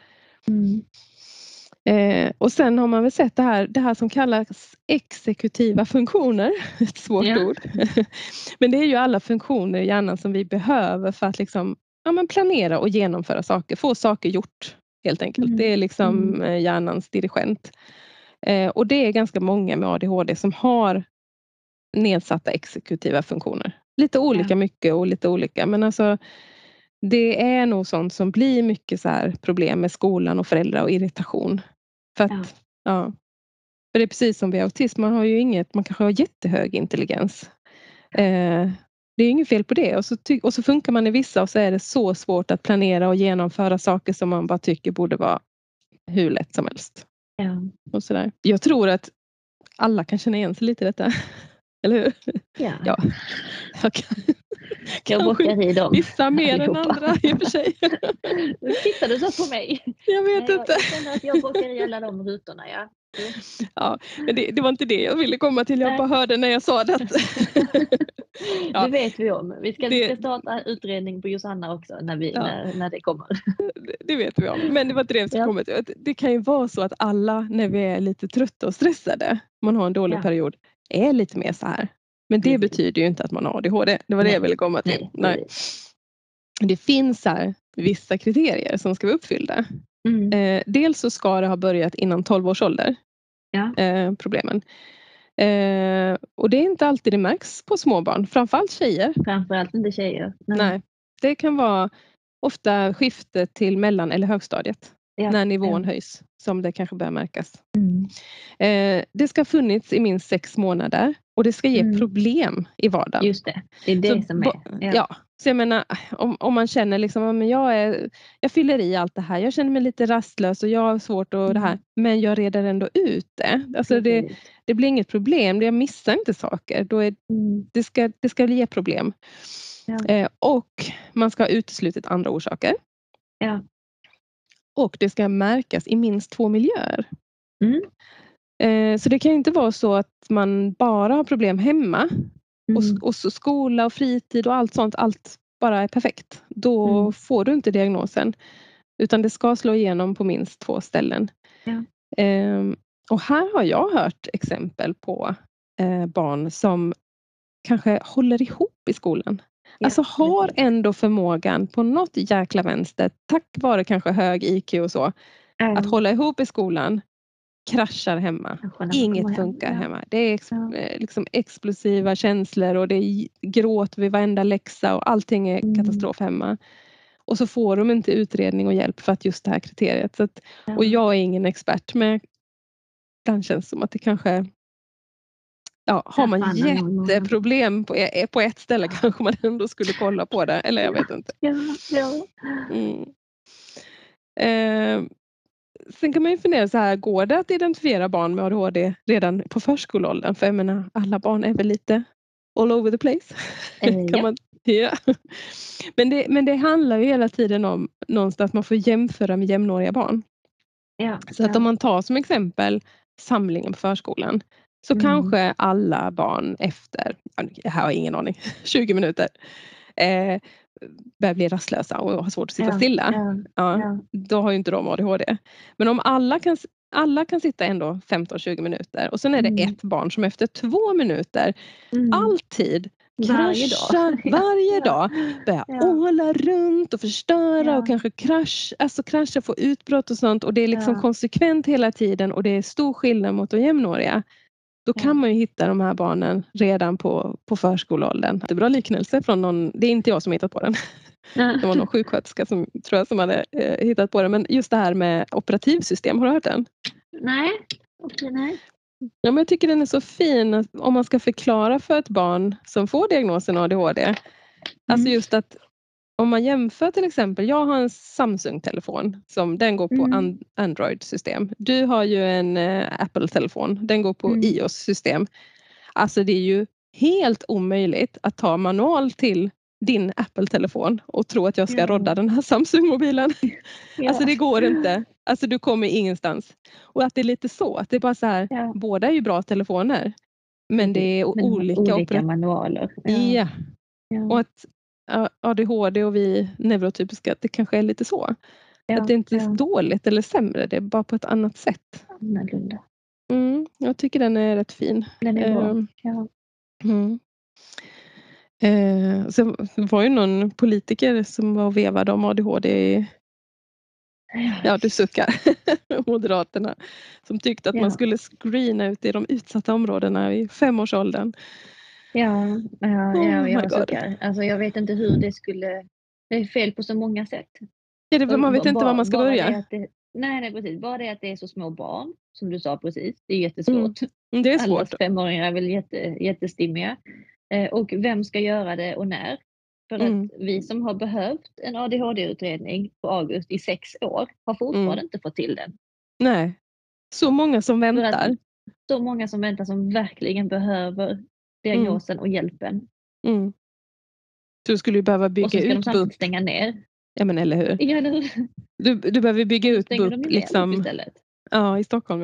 [SPEAKER 1] Och sen har man väl sett det här som kallas exekutiva funktioner. Ett svårt ord. Men det är ju alla funktioner i hjärnan som vi behöver för att liksom, planera och genomföra saker. Få saker gjort helt enkelt. Det är liksom hjärnans dirigent. Och det är ganska många med ADHD som har nedsatta exekutiva funktioner. Lite olika mycket och lite olika. Men alltså det är nog sånt som blir mycket så här problem med skolan och föräldrar och irritation. För att, för det är precis som vid autism, man kanske har jättehög intelligens. Det är inget fel på det. Och så funkar man i vissa och så är det så svårt att planera och genomföra saker som man bara tycker borde vara hur lätt som helst. Och så där. Jag tror att alla kan känna igen sig lite i detta. Eller hur?
[SPEAKER 2] Ja. Jag bockar i dem.
[SPEAKER 1] Vissa mer än andra i och för sig.
[SPEAKER 2] Tittar du så på mig?
[SPEAKER 1] Jag vet inte.
[SPEAKER 2] Jag känner att jag bockar i alla de rutorna,
[SPEAKER 1] men det var inte det jag ville komma till. Jag bara hörde när jag sa det.
[SPEAKER 2] Det vet vi om. Vi ska starta utredning på Josanna också när det kommer.
[SPEAKER 1] Det vet vi om. Men det var inte det jag skulle komma till. Det kan ju vara så att alla när vi är lite trötta och stressade, man har en dålig period, är lite mer så här. Men det betyder ju inte att man har ADHD. Det var det jag ville komma till. Nej. Det finns här vissa kriterier som ska vara uppfyllda. Dels så ska det ha börjat innan 12 års ålder. Problemen. Och det är inte alltid det märks på småbarn. Framförallt tjejer.
[SPEAKER 2] Framförallt inte tjejer.
[SPEAKER 1] Nej. Det kan vara ofta skifte till mellan- eller högstadiet. När nivån höjs. Som det kanske börjar märkas. Det ska ha funnits i minst 6 månader. Och det ska ge problem i vardagen.
[SPEAKER 2] Just det. Det är det som är.
[SPEAKER 1] Så jag menar, om man känner liksom, men jag fyller i allt det här. Jag känner mig lite rastlös och jag har svårt att det här. Men jag reder ändå ut det. Alltså det blir inget problem. Jag missar inte saker. Det ska ge problem.
[SPEAKER 2] Ja.
[SPEAKER 1] Och man ska ha uteslutit andra orsaker.
[SPEAKER 2] Ja.
[SPEAKER 1] Och det ska märkas i minst 2 miljöer. Så det kan inte vara så att man bara har problem hemma. Och så skola och fritid och allt sånt. Allt bara är perfekt. Då får du inte diagnosen. Utan det ska slå igenom på minst 2 ställen.
[SPEAKER 2] Ja.
[SPEAKER 1] Och här har jag hört exempel på barn som kanske håller ihop i skolan.
[SPEAKER 2] Ja,
[SPEAKER 1] alltså har ändå förmågan på något jäkla vänster, tack vare kanske hög IQ och så, att hålla ihop i skolan, kraschar hemma. Inget funkar hemma. Det är liksom explosiva känslor och det är gråt vid varenda läxa och allting är katastrof hemma. Och så får de inte utredning och hjälp för att just det här kriteriet. Så att, och jag är ingen expert, men ibland känns det som att det kanske... Ja, har man jätteproblem på ett ställe kanske man ändå skulle kolla på det. Eller jag vet inte. Sen kan man ju fundera så här, går det att identifiera barn med ADHD redan på förskoleåldern? För jag menar, alla barn är väl lite all over the place. Kan man, Men det handlar ju hela tiden om någonstans att man får jämföra med jämnåriga barn. Så att om man tar som exempel samlingen på förskolan, så kanske alla barn efter, jag har ingen aning, 20 minuter börjar bli rastlösa och har svårt att sitta stilla. Då har ju inte de ADHD. Men om alla kan sitta ändå 15-20 minuter och sen är det ett barn som efter 2 minuter alltid kraschar varje dag. Börjar åla runt och förstöra och kanske krascha, få utbrott och sånt. Och det är liksom konsekvent hela tiden och det är stor skillnad mot de jämnåriga. Då kan man ju hitta de här barnen redan på förskoleåldern. Det är bra liknelse från någon, det är inte jag som hittat på den. Det var någon sjuksköterska som hade hittat på den. Men just det här med operativsystem, har du hört den?
[SPEAKER 2] Nej.
[SPEAKER 1] Ja, men jag tycker den är så fin att om man ska förklara för ett barn som får diagnosen ADHD. Alltså just att om man jämför till exempel, jag har en Samsung-telefon som den går på Android-system. Du har ju en Apple-telefon, den går på iOS-system. Alltså det är ju helt omöjligt att ta manual till din Apple-telefon och tro att jag ska rodda den här Samsung-mobilen. Alltså det går inte. Alltså du kommer ingenstans. Och att det är lite så, att det är bara så här, båda är ju bra telefoner. Men det är olika
[SPEAKER 2] manualer.
[SPEAKER 1] Och att ADHD och vi neurotypiska, det kanske är lite så. Att det inte är dåligt eller sämre, det är bara på ett annat sätt.
[SPEAKER 2] Annorlunda.
[SPEAKER 1] Jag tycker den är rätt fin.
[SPEAKER 2] Den är bra.
[SPEAKER 1] Så det var ju någon politiker som var och vevade om ADHD. Ja, du suckar. Moderaterna. Som tyckte att man skulle screena ut i de utsatta områdena i 5-årsåldern.
[SPEAKER 2] Jag suckar. Alltså jag vet inte hur det skulle... Det är fel på så många sätt.
[SPEAKER 1] Man vet inte var man ska börja.
[SPEAKER 2] Nej, precis. Bara det att det är så små barn, som du sa precis. Det är jättesvårt.
[SPEAKER 1] Det är svårt.
[SPEAKER 2] Alla 5-åringar är väl jättestimmiga. Och vem ska göra det och när? För att vi som har behövt en ADHD-utredning på August i 6 år har fortfarande inte fått till den.
[SPEAKER 1] Nej, så många som väntar.
[SPEAKER 2] Så många som väntar som verkligen behöver diagnosen och hjälpen.
[SPEAKER 1] Du skulle ju behöva bygga ut BUP.
[SPEAKER 2] Stänga ner.
[SPEAKER 1] Ja, men eller hur?
[SPEAKER 2] Ja,
[SPEAKER 1] du behöver bygga ut
[SPEAKER 2] BUP
[SPEAKER 1] liksom.
[SPEAKER 2] Istället.
[SPEAKER 1] Ja, i Stockholm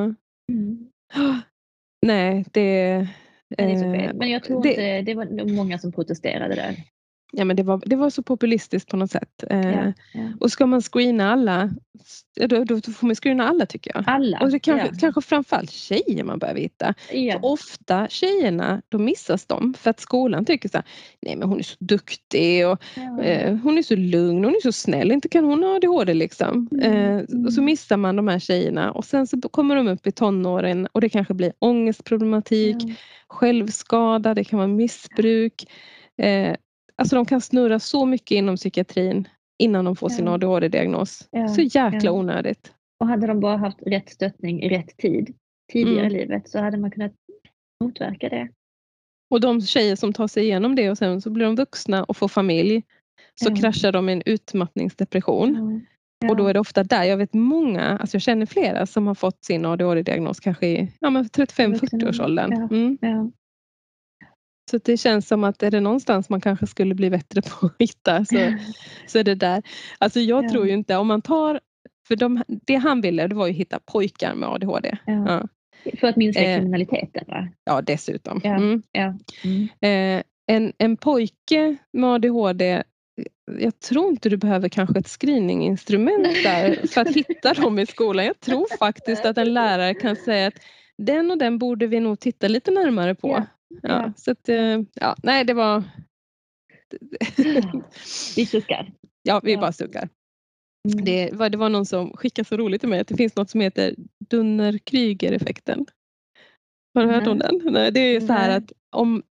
[SPEAKER 1] Nej, det
[SPEAKER 2] är så fel. Men jag tror inte det var många som protesterade där.
[SPEAKER 1] Ja, men det var så populistiskt på något sätt. Och ska man screena alla, då får man screena alla tycker jag.
[SPEAKER 2] Alla.
[SPEAKER 1] Och det kanske framförallt tjejer man behöver hitta. För ofta tjejerna, då missas de. För att skolan tycker så här, nej men hon är så duktig och hon är så lugn, hon är så snäll. Inte kan hon ha ADHD liksom. Och så missar man de här tjejerna. Och sen så kommer de upp i tonåren och det kanske blir ångestproblematik, självskada, det kan vara missbruk. Alltså de kan snurra så mycket inom psykiatrin innan de får sin ADHD-diagnos. Så jäkla onödigt.
[SPEAKER 2] Och hade de bara haft rätt stöttning i rätt tid tidigare i livet så hade man kunnat motverka det.
[SPEAKER 1] Och de tjejer som tar sig igenom det och sen så blir de vuxna och får familj, så kraschar de i en utmattningsdepression. Och då är det ofta där, jag vet många, alltså jag känner flera som har fått sin ADHD-diagnos kanske i 35-40-årsåldern. Så det känns som att är det någonstans man kanske skulle bli bättre på att hitta, så är det där. Alltså jag tror ju inte, om man tar, för det han ville, det var ju hitta pojkar med ADHD.
[SPEAKER 2] Ja. För att minska kriminaliteten, va?
[SPEAKER 1] Ja, dessutom. En pojke med ADHD, jag tror inte du behöver kanske ett screeninginstrument där för att hitta dem i skolan. Jag tror faktiskt att en lärare kan säga att den och den borde vi nog titta lite närmare på. Så att, nej, det var...
[SPEAKER 2] Vi suckar.
[SPEAKER 1] Ja, vi bara suckar. Det var någon som skickade så roligt till mig att det finns något som heter Dunning-Kruger-effekten. Har du hört om den? Nej, det är så här att om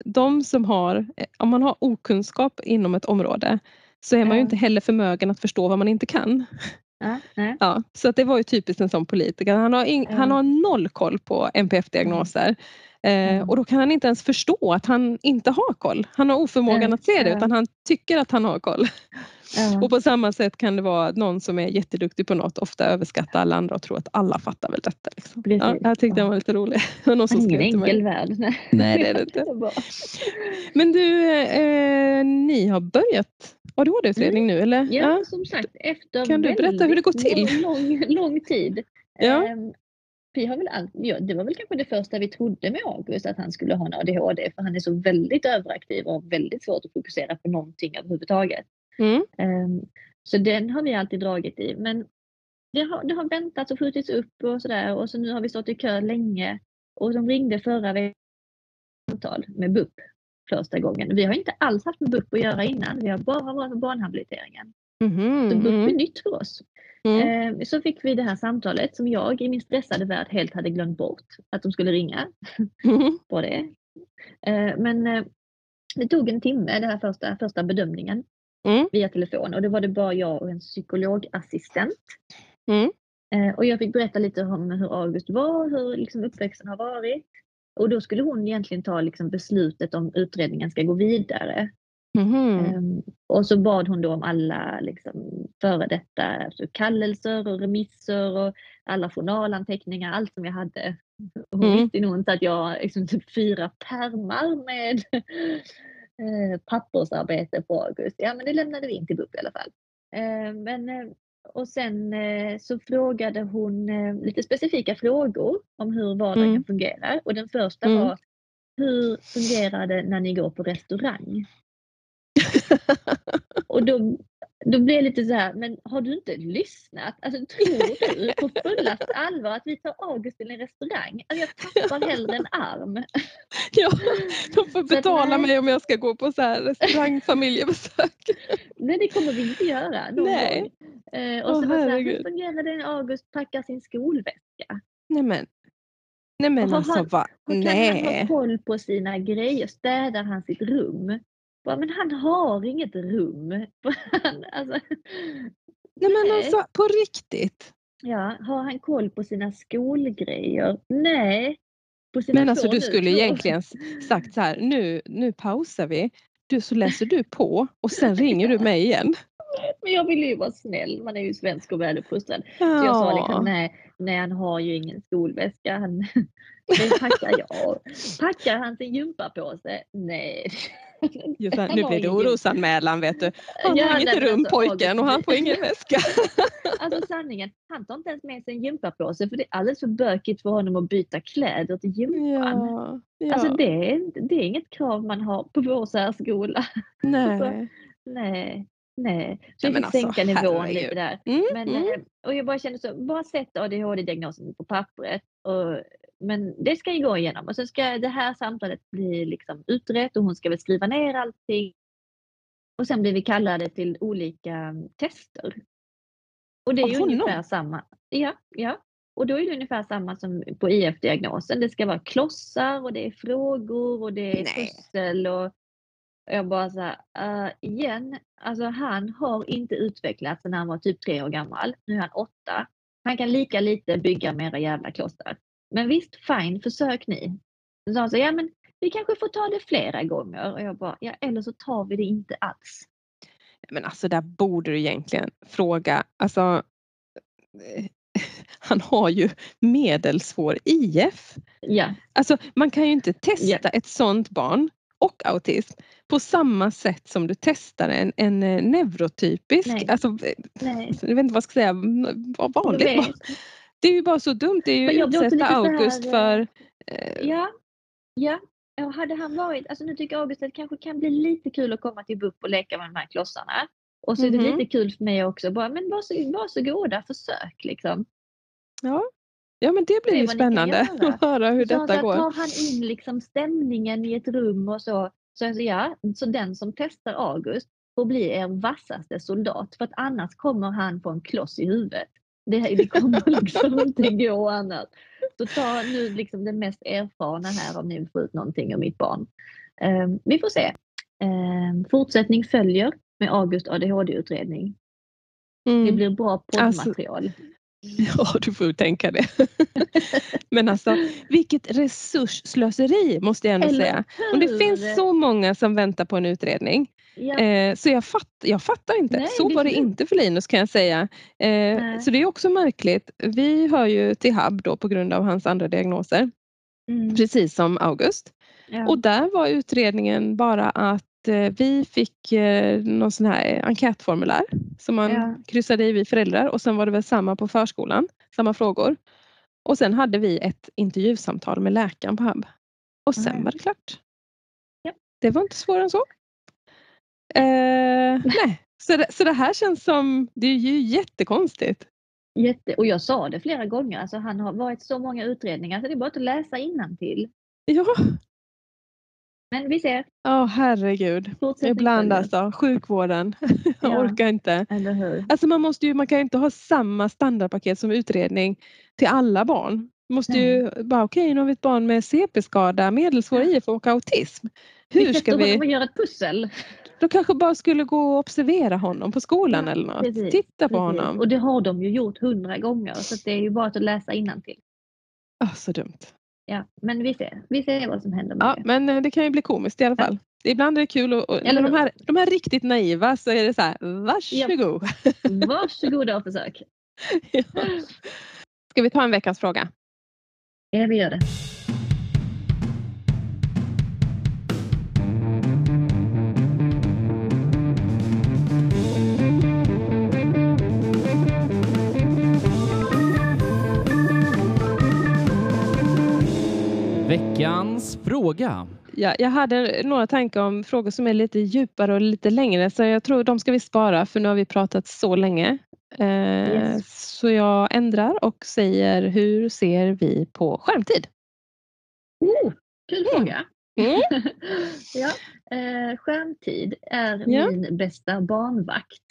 [SPEAKER 1] man har okunskap inom ett område, så är man ju inte heller förmögen att förstå vad man inte kan. Ja, så att det var ju typiskt en sån politiker. Han har noll koll på NPF-diagnoser. Och då kan han inte ens förstå att han inte har koll. Han har oförmågan att se det, utan han tycker att han har koll. Och på samma sätt kan det vara någon som är jätteduktig på något, ofta överskattar alla andra och tror att alla fattar väl detta. Liksom. Jag tyckte det var lite roligt. Någon som
[SPEAKER 2] ingen enkel värld.
[SPEAKER 1] Nej, det är det inte. Men du, ni har börjat ADHD-utredning nu, eller?
[SPEAKER 2] Ja, som sagt, efter
[SPEAKER 1] kan du berätta hur det går till?
[SPEAKER 2] Lång tid. Vi har det var väl kanske det första vi trodde med August, att han skulle ha en ADHD, för han är så väldigt överaktiv och har väldigt svårt att fokusera på någonting överhuvudtaget. Så den har vi alltid dragit i, men det har väntat och skjutits upp och sådär, och så nu har vi stått i kö länge, och de ringde förra veckan med BUP första gången. Vi har inte alls haft med BUP att göra innan, vi har bara varit med barnhabiliteringen. Så BUP är nytt för oss. Så fick vi det här samtalet som jag i min stressade värld helt hade glömt bort att de skulle ringa på det. Men det tog en timme, det här första bedömningen via telefon, och det var det bara jag och en psykologassistent. Och jag fick berätta lite om hur August var, hur liksom uppväxten har varit, och då skulle hon egentligen ta liksom beslutet om utredningen ska gå vidare. Och så bad hon då om alla liksom före detta, alltså kallelser och remisser och alla journalanteckningar, allt som jag hade. Hon visste nog inte att jag liksom typ 4 pärmar med pappersarbete på August. Ja, men det lämnade vi in till BUP i alla fall. Och sen så frågade hon lite specifika frågor om hur vardagen fungerar. Och den första var, hur fungerar det när ni går på restaurang? Och då blev det lite så här, men har du inte lyssnat? Alltså, tror du på fullast allvar att vi tar August till en restaurang? Alltså, jag tappar hellre en arm.
[SPEAKER 1] Ja, de får betala mig om jag ska gå på så här restaurangfamiljebesök.
[SPEAKER 2] Nej, det kommer vi inte göra.
[SPEAKER 1] Nej.
[SPEAKER 2] Och så var det så här, hur fungerar det när August packar sin skolväska?
[SPEAKER 1] Nej men alltså vad?
[SPEAKER 2] Nej. Kan han ha koll på sina grejer? Städar han sitt rum? Men han har inget rum. Alltså,
[SPEAKER 1] nej men alltså, på riktigt?
[SPEAKER 2] Ja, har han koll på sina skolgrejer? Nej. På sina
[SPEAKER 1] men alltså du skulle egentligen sagt så här, nu pausar vi. Så läser du på och sen ringer du mig igen.
[SPEAKER 2] Men jag vill ju vara snäll, man är ju svensk och väluppfostrad. Så jag sa liksom, nej han har ju ingen skolväska. Det packar jag. Packar han sin gympapåse? Nej.
[SPEAKER 1] Nu blir det orosanmälan, vet du. Han har inget rum, pojken, och han får ingen väska.
[SPEAKER 2] Alltså sanningen, han tar inte ens med sig en gympapåse, för det är alldeles för bökigt för honom att byta kläder till gympan. Ja. Alltså det är inget krav man har på vår särskola.
[SPEAKER 1] Nej.
[SPEAKER 2] Nej. Så vi fick sänka nivån lite där. Och jag bara kände så, bara sätt ADHD-diagnosen på pappret. Men det ska ju gå igenom. Och sen ska det här samtalet bli liksom utrett, och hon ska väl skriva ner allting. Och sen blir vi kallade till olika tester. Och det är ju ungefär samma. Ja. Och då är det ungefär samma som på IF-diagnosen. Det ska vara klossar, och det är frågor, och det är pussel, och jag bara så här, igen, alltså han har inte utvecklats när han var typ 3 år gammal. Nu är han 8. Han kan lika lite bygga med era jävla klossar. Men visst, fine, försök ni. Så sa han så, ja men vi kanske får ta det flera gånger. Och jag bara, ja, eller så tar vi det inte alls.
[SPEAKER 1] Men alltså där borde du egentligen fråga, alltså han har ju medelsvår IF.
[SPEAKER 2] Ja.
[SPEAKER 1] Alltså man kan ju inte testa ett sånt barn och autism på samma sätt som du testar en neurotypisk.
[SPEAKER 2] Nej.
[SPEAKER 1] Alltså,
[SPEAKER 2] Nej.
[SPEAKER 1] Jag vet inte vad jag ska säga, vad vanligt. Det är ju bara så dumt, det är ju utsätta August för...
[SPEAKER 2] Ja. Och hade han varit, alltså nu tycker August att det kanske kan bli lite kul att komma till BUP och leka med de här klossarna. Och så är det lite kul för mig också, bara, men var så goda försök liksom.
[SPEAKER 1] Ja, men det blir ju spännande att höra hur detta går.
[SPEAKER 2] Tar han in liksom stämningen i ett rum och så den som testar August får bli er vassaste soldat, för att annars kommer han få en kloss i huvudet. Det kommer liksom inte gå annat. Så ta nu liksom det mest erfarna här om ni vill få ut någonting om mitt barn. Vi får se. Fortsättning följer med August ADHD-utredning. Det blir bra poddmaterial.
[SPEAKER 1] Ja, du får tänka det. Men alltså, vilket resursslöseri måste jag ändå säga. Om det finns så många som väntar på en utredning. Så jag fattar inte. Nej, så var det inte för Linus, kan jag säga. Så det är också märkligt. Vi hör ju till HUB då på grund av hans andra diagnoser. Precis som August. Ja. Och där var utredningen bara att vi fick någon sån här enkätformulär som man kryssade i, vi föräldrar, och sen var det väl samma på förskolan, samma frågor. Och sen hade vi ett intervjusamtal med läkaren på HUB. Och sen var det klart. Ja. Det var inte svårare än så. Nej, så det här känns som, det är ju jättekonstigt.
[SPEAKER 2] Och jag sa det flera gånger, alltså han har varit så många utredningar så det är bara att läsa innantill.
[SPEAKER 1] Ja.
[SPEAKER 2] Men vi ser.
[SPEAKER 1] Herregud. Ibland alltså, sjukvården. Jag orkar inte.
[SPEAKER 2] Eller hur?
[SPEAKER 1] Alltså man kan ju inte ha samma standardpaket som utredning till alla barn. Måste ju bara, nu har vi ett barn med CP-skada, medelsvår IF och autism. Hur ska vi...
[SPEAKER 2] Vi göra ett pussel.
[SPEAKER 1] Då kanske bara skulle gå och observera honom på skolan eller något.
[SPEAKER 2] Precis,
[SPEAKER 1] titta på honom.
[SPEAKER 2] Och det har de ju gjort 100 gånger, så det är ju bara att läsa innantill.
[SPEAKER 1] Så dumt.
[SPEAKER 2] Ja, men vi ser vad som händer med det.
[SPEAKER 1] Men det kan ju bli komiskt i alla fall. Ibland är det kul och de här riktigt naiva, så är det så här, varsågod.
[SPEAKER 2] Varsågoda och försök.
[SPEAKER 1] Ska vi ta en veckans fråga?
[SPEAKER 2] Ja, vi gör det.
[SPEAKER 3] Veckans fråga.
[SPEAKER 1] Ja, jag hade några tankar om frågor som är lite djupare och lite längre, så jag tror de ska vi spara, för nu har vi pratat så länge. Så jag ändrar och säger, hur ser vi på skärmtid?
[SPEAKER 2] Kul fråga. Skärmtid är min bästa barnvakt.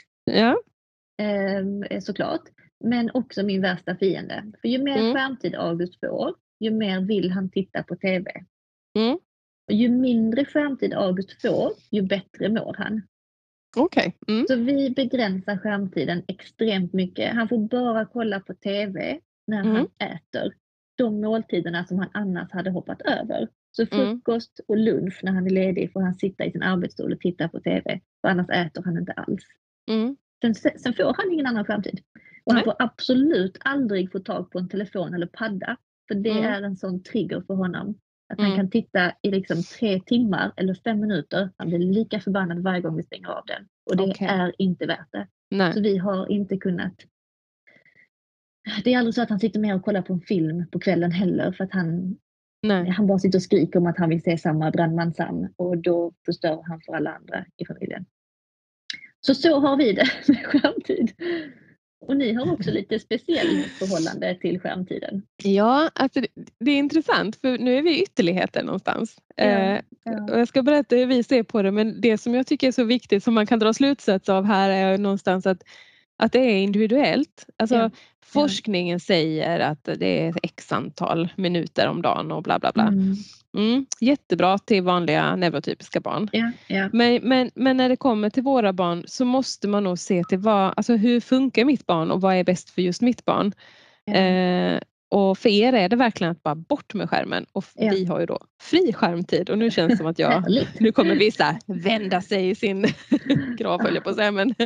[SPEAKER 2] Såklart. Men också min värsta fiende. För ju mer skärmtid August får, ju mer vill han titta på TV. Och ju mindre skärmtid August får, ju bättre mår han.
[SPEAKER 1] Okej.
[SPEAKER 2] Så vi begränsar skärmtiden extremt mycket. Han får bara kolla på TV när han äter. De måltiderna som han annars hade hoppat över. Så frukost och lunch när han är ledig får han sitta i sin arbetsstol och titta på TV. För annars äter han inte alls. Sen får han ingen annan skärmtid. Och han får absolut aldrig få tag på en telefon eller padda. För det är en sån trigger för honom. Att han kan titta i liksom 3 timmar eller 5 minuter. Han blir lika förbannad varje gång vi stänger av den. Och det är inte värt det.
[SPEAKER 1] Nej.
[SPEAKER 2] Så vi har inte kunnat. Det är aldrig så att han sitter med och kollar på en film på kvällen heller. För att han bara sitter och skriker om att han vill se samma Brandman Sam. Och då förstör han för alla andra i familjen. Så har vi det med skärmtid. Och ni har också lite speciellt förhållande till skärmtiden.
[SPEAKER 1] Ja, alltså det är intressant, för nu är vi i ytterligheter någonstans. Och jag ska berätta hur vi ser på det, men det som jag tycker är så viktigt som man kan dra slutsats av här är någonstans att det är individuellt. Alltså forskningen säger att det är x antal minuter om dagen och bla bla bla. Jättebra till vanliga neurotypiska barn. Men när det kommer till våra barn så måste man nog se till hur funkar mitt barn och vad är bäst för just mitt barn. Och för er är det verkligen att bara bort med skärmen. Och vi har ju då fri skärmtid. Och nu känns det som att nu kommer vissa vända sig i sin grav, höll jag på att säga. Men,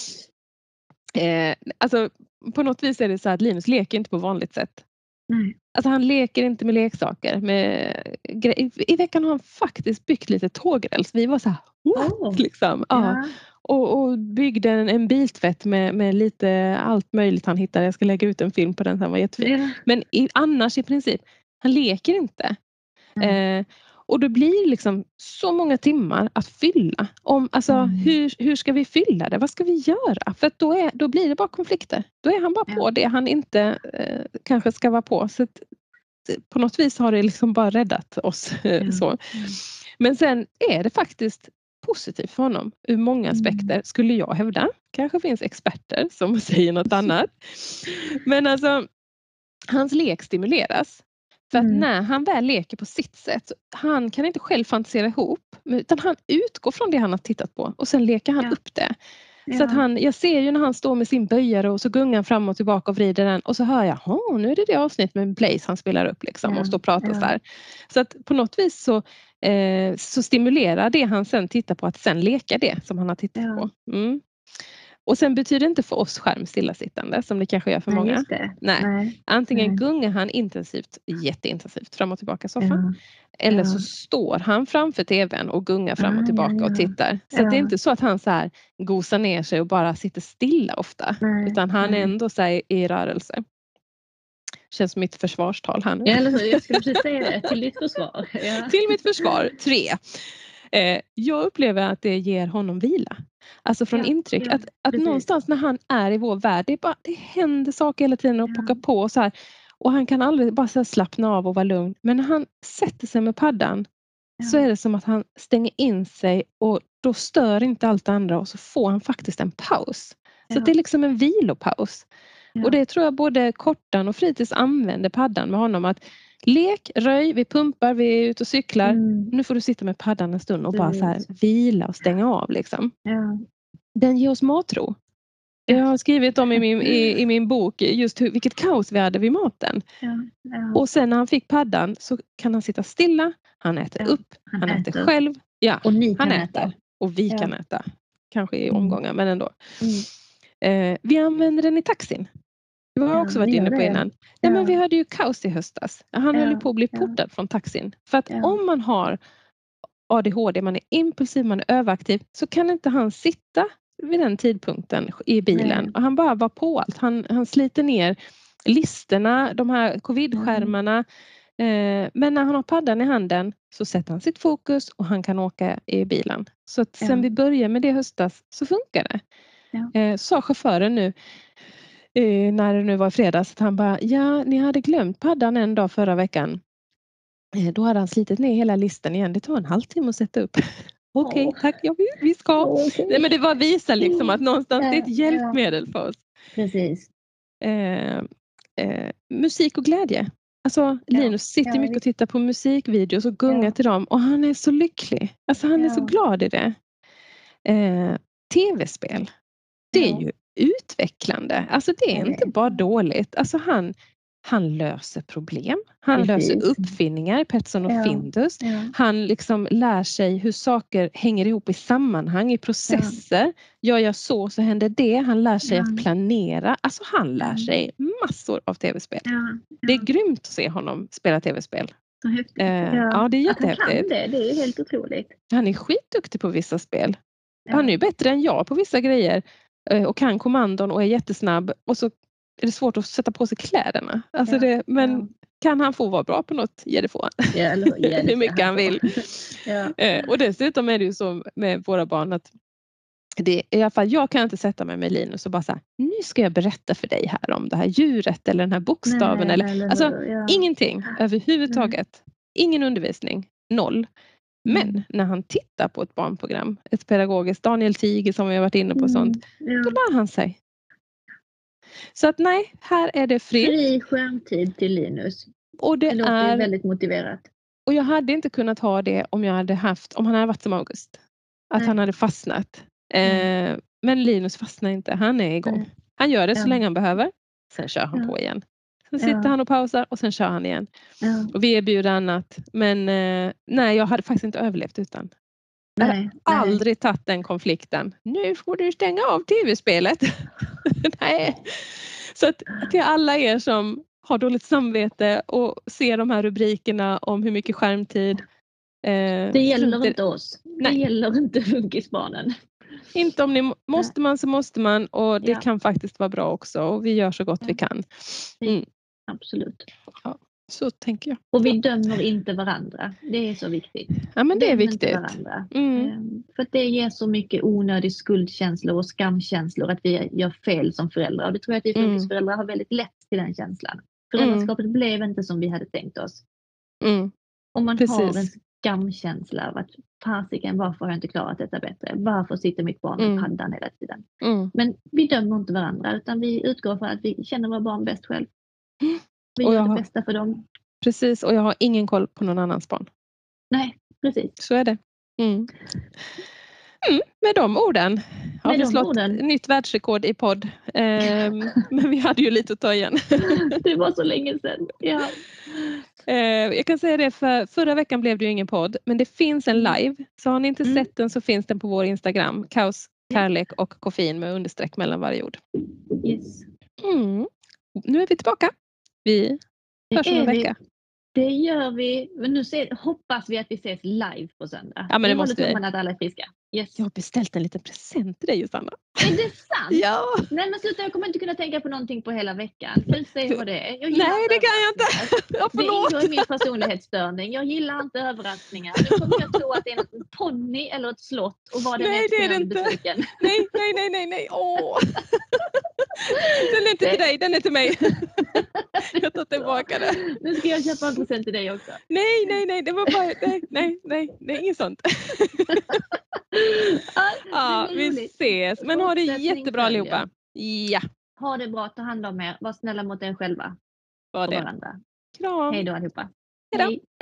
[SPEAKER 1] alltså på något vis är det så att Linus leker inte på vanligt sätt.
[SPEAKER 2] Nej.
[SPEAKER 1] Alltså han leker inte med leksaker. I veckan har han faktiskt byggt lite tågräls. Vi var så här, what? Liksom. Ja. Och byggde en biltvätt med lite allt möjligt han hittade. Jag ska lägga ut en film på den, han var jättefin.
[SPEAKER 2] Ja.
[SPEAKER 1] Men annars i princip, han leker inte. Och det blir liksom så många timmar att fylla. Hur ska vi fylla det? Vad ska vi göra? För att då blir det bara konflikter. Då är han bara på det han inte kanske ska vara på. Så att, på något vis har det liksom bara räddat oss. Så. Men sen är det faktiskt positivt för honom ur många aspekter, skulle jag hävda. Kanske finns experter som säger något annat. Men alltså, hans lek stimuleras. För att när han väl leker på sitt sätt, han kan inte själv fantisera ihop, utan han utgår från det han har tittat på och sen leker han upp det. Så att jag ser ju när han står med sin böjare och så gungar han fram och tillbaka och vrider den och så hör jag, nu är det avsnitt med Blaze han spelar upp liksom och står och pratar så här. Så att på något vis så stimulerar det han sen tittar på att sen leka det som han har tittat på. Och sen betyder det inte för oss skärm stillasittande som det kanske gör för många. Nej. Antingen gungar han intensivt, jätteintensivt fram och tillbaka i soffan. Eller så står han framför tvn och gungar fram och tillbaka och tittar. Så det är inte så att han så här gosar ner sig och bara sitter stilla ofta. Utan han är ändå så här i rörelse. Känns som mitt försvarstal här nu.
[SPEAKER 2] Ja, eller hur? Jag skulle precis säga det. Till ditt försvar.
[SPEAKER 1] Till mitt försvar, 3. Jag upplever att det ger honom vila. Alltså från intryck. Att någonstans när han är i vår värld. Det händer saker hela tiden och pockar på och så här. Och han kan aldrig bara så slappna av och vara lugn. Men när han sätter sig med paddan. Så är det som att han stänger in sig. Och då stör inte allt det andra. Och så får han faktiskt en paus. Så det är liksom en vilopaus. Och det tror jag både Kortan och Fritids använder paddan med honom. Att lek, röj, vi pumpar, vi är ute och cyklar. Nu får du sitta med paddan en stund och bara så här vila och stänga av liksom. Den ger oss matro. Jag har skrivit om i min bok just vilket kaos vi hade vid maten. Och sen när han fick paddan så kan han sitta stilla. Han äter upp, han äter själv. Ja,
[SPEAKER 2] och ni kan
[SPEAKER 1] han äter. Och vi kan äta. Kanske i omgångar men ändå. Vi använder den i taxin. Det har jag också varit inne på innan. Nej, men vi hade ju kaos i höstas. Han höll ju på att bli portad från taxin. För att om man har ADHD, man är impulsiv, man är överaktiv. Så kan inte han sitta vid den tidpunkten i bilen. Och han bara var på allt. Han sliter ner listerna, de här covid-skärmarna. Men när han har paddan i handen så sätter han sitt fokus och han kan åka i bilen. Så att sen vi började med det höstas så funkar det. Sa chauffören nu. När det nu var fredags att han bara, ni hade glömt paddan en dag förra veckan. Då hade han slitit ner hela listan igen. Det tar en halvtimme att sätta upp. Okej, tack, vi ska. Nej, men det var visa liksom att någonstans det är ett hjälpmedel för oss.
[SPEAKER 2] Precis.
[SPEAKER 1] Musik och glädje. Alltså Linus sitter mycket och tittar på musikvideos och gungar till dem. Och han är så lycklig. Alltså han är så glad i det. TV-spel. Det är ju utvecklande. Alltså det är inte bara dåligt. Alltså han löser problem. Han löser uppfinningar, Petson och Findus. Han liksom lär sig hur saker hänger ihop i sammanhang, i processer. Gör jag så händer det. Han lär sig att planera. Alltså han lär sig massor av tv-spel. Det är grymt att se honom spela tv-spel.
[SPEAKER 2] Så häftigt.
[SPEAKER 1] Ja, det är jättehäftigt.
[SPEAKER 2] Att han kan det är helt otroligt.
[SPEAKER 1] Han är skitduktig på vissa spel. Han är ju bättre än jag på vissa grejer. Och kan kommandon och är jättesnabb. Och så är det svårt att sätta på sig kläderna. Alltså men kan han få vara bra på något? Ja, det får han. Hur mycket han vill. Och dessutom är det ju så med våra barn att i alla fall jag kan inte sätta mig med Linus och bara säga, nu ska jag berätta för dig här om det här djuret eller den här bokstaven. Ingenting överhuvudtaget. Ingen undervisning. 0. Men när han tittar på ett barnprogram, ett pedagogiskt, Daniel Tiger som vi har varit inne på sånt, då lär han sig. Så att nej, här är det
[SPEAKER 2] fri skärmtid till Linus.
[SPEAKER 1] Och det
[SPEAKER 2] låter väldigt motiverat.
[SPEAKER 1] Och jag hade inte kunnat ha det om han hade varit som August. Att han hade fastnat. Men Linus fastnar inte, han är igång. Han gör det så länge han behöver. Sen kör han på igen. Sen sitter han och pausar och sen kör han igen. Och vi erbjuder annat. Men nej, jag hade faktiskt inte överlevt utan. Jag hade aldrig tagit den konflikten. Nu får du stänga av tv-spelet. Nej. Så att till alla er som har dåligt samvete och ser de här rubrikerna om hur mycket skärmtid.
[SPEAKER 2] Det gäller inte oss. Det gäller inte funkisbarnen.
[SPEAKER 1] Inte om ni måste man så måste man, och det kan faktiskt vara bra också, och vi gör så gott vi kan.
[SPEAKER 2] Absolut.
[SPEAKER 1] Ja, så tänker jag.
[SPEAKER 2] Och vi dömer inte varandra. Det är så viktigt.
[SPEAKER 1] Ja, men det är viktigt.
[SPEAKER 2] Inte varandra. För att det ger så mycket onödig skuldkänslor och skamkänslor att vi gör fel som föräldrar. Och det tror jag att vi funkisföräldrar har väldigt lätt till den känslan. Föräldraskapet blev inte som vi hade tänkt oss. Och man har en skamkänsla av att fasiken, varför har jag inte klarat detta bättre? Varför sitter mitt barn i paddan hela tiden? Men vi dömer inte varandra, utan vi utgår från att vi känner våra barn bäst själv. Vi gör det bästa för dem.
[SPEAKER 1] Precis, och jag har ingen koll på någon annans barn.
[SPEAKER 2] Nej, precis.
[SPEAKER 1] Så är det. Med de orden har vi slått nytt världsrekord i podd. Men vi hade ju lite att ta igen.
[SPEAKER 2] Det var så länge sedan. Ja.
[SPEAKER 1] Jag kan säga det, för förra veckan blev det ju ingen podd. Men det finns en live. Så har ni inte sett den så finns den på vår Instagram. Kaos, kärlek och koffein med understreck mellan varje ord.
[SPEAKER 2] Yes.
[SPEAKER 1] Nu är vi tillbaka. Vi hörs om en vecka.
[SPEAKER 2] Det gör vi. Men nu hoppas vi att vi ses live på söndag.
[SPEAKER 1] Ja, men det måste vi.
[SPEAKER 2] Att alla är friska. Yes.
[SPEAKER 1] Jag har beställt en liten present till dig, Josanna.
[SPEAKER 2] Är det sant?
[SPEAKER 1] Ja.
[SPEAKER 2] Nej, men sluta, jag kommer inte kunna tänka på någonting på hela veckan. Säg vad det är.
[SPEAKER 1] Nej, det kan jag inte.
[SPEAKER 2] Det ingår i min personlighetsstörning. Jag gillar inte överraskningar. Nu kommer jag tro att det är en ponny eller ett slott. Och vad
[SPEAKER 1] Nej, det är det inte.
[SPEAKER 2] Besöken.
[SPEAKER 1] Nej. Åh. Den är inte till dig, den är till mig. Jag tar tillbaka det.
[SPEAKER 2] Nu ska jag köpa en present till dig också.
[SPEAKER 1] Nej, det var bara... Nej, det är inget sånt. Ja, vi ses. Men ha det jättebra allihopa. Ja.
[SPEAKER 2] Ha det bra, ta hand om er. Var snälla mot er själva.
[SPEAKER 1] Var det.
[SPEAKER 2] Varandra.
[SPEAKER 1] Kram.
[SPEAKER 2] Hej då allihopa.
[SPEAKER 1] Hej då.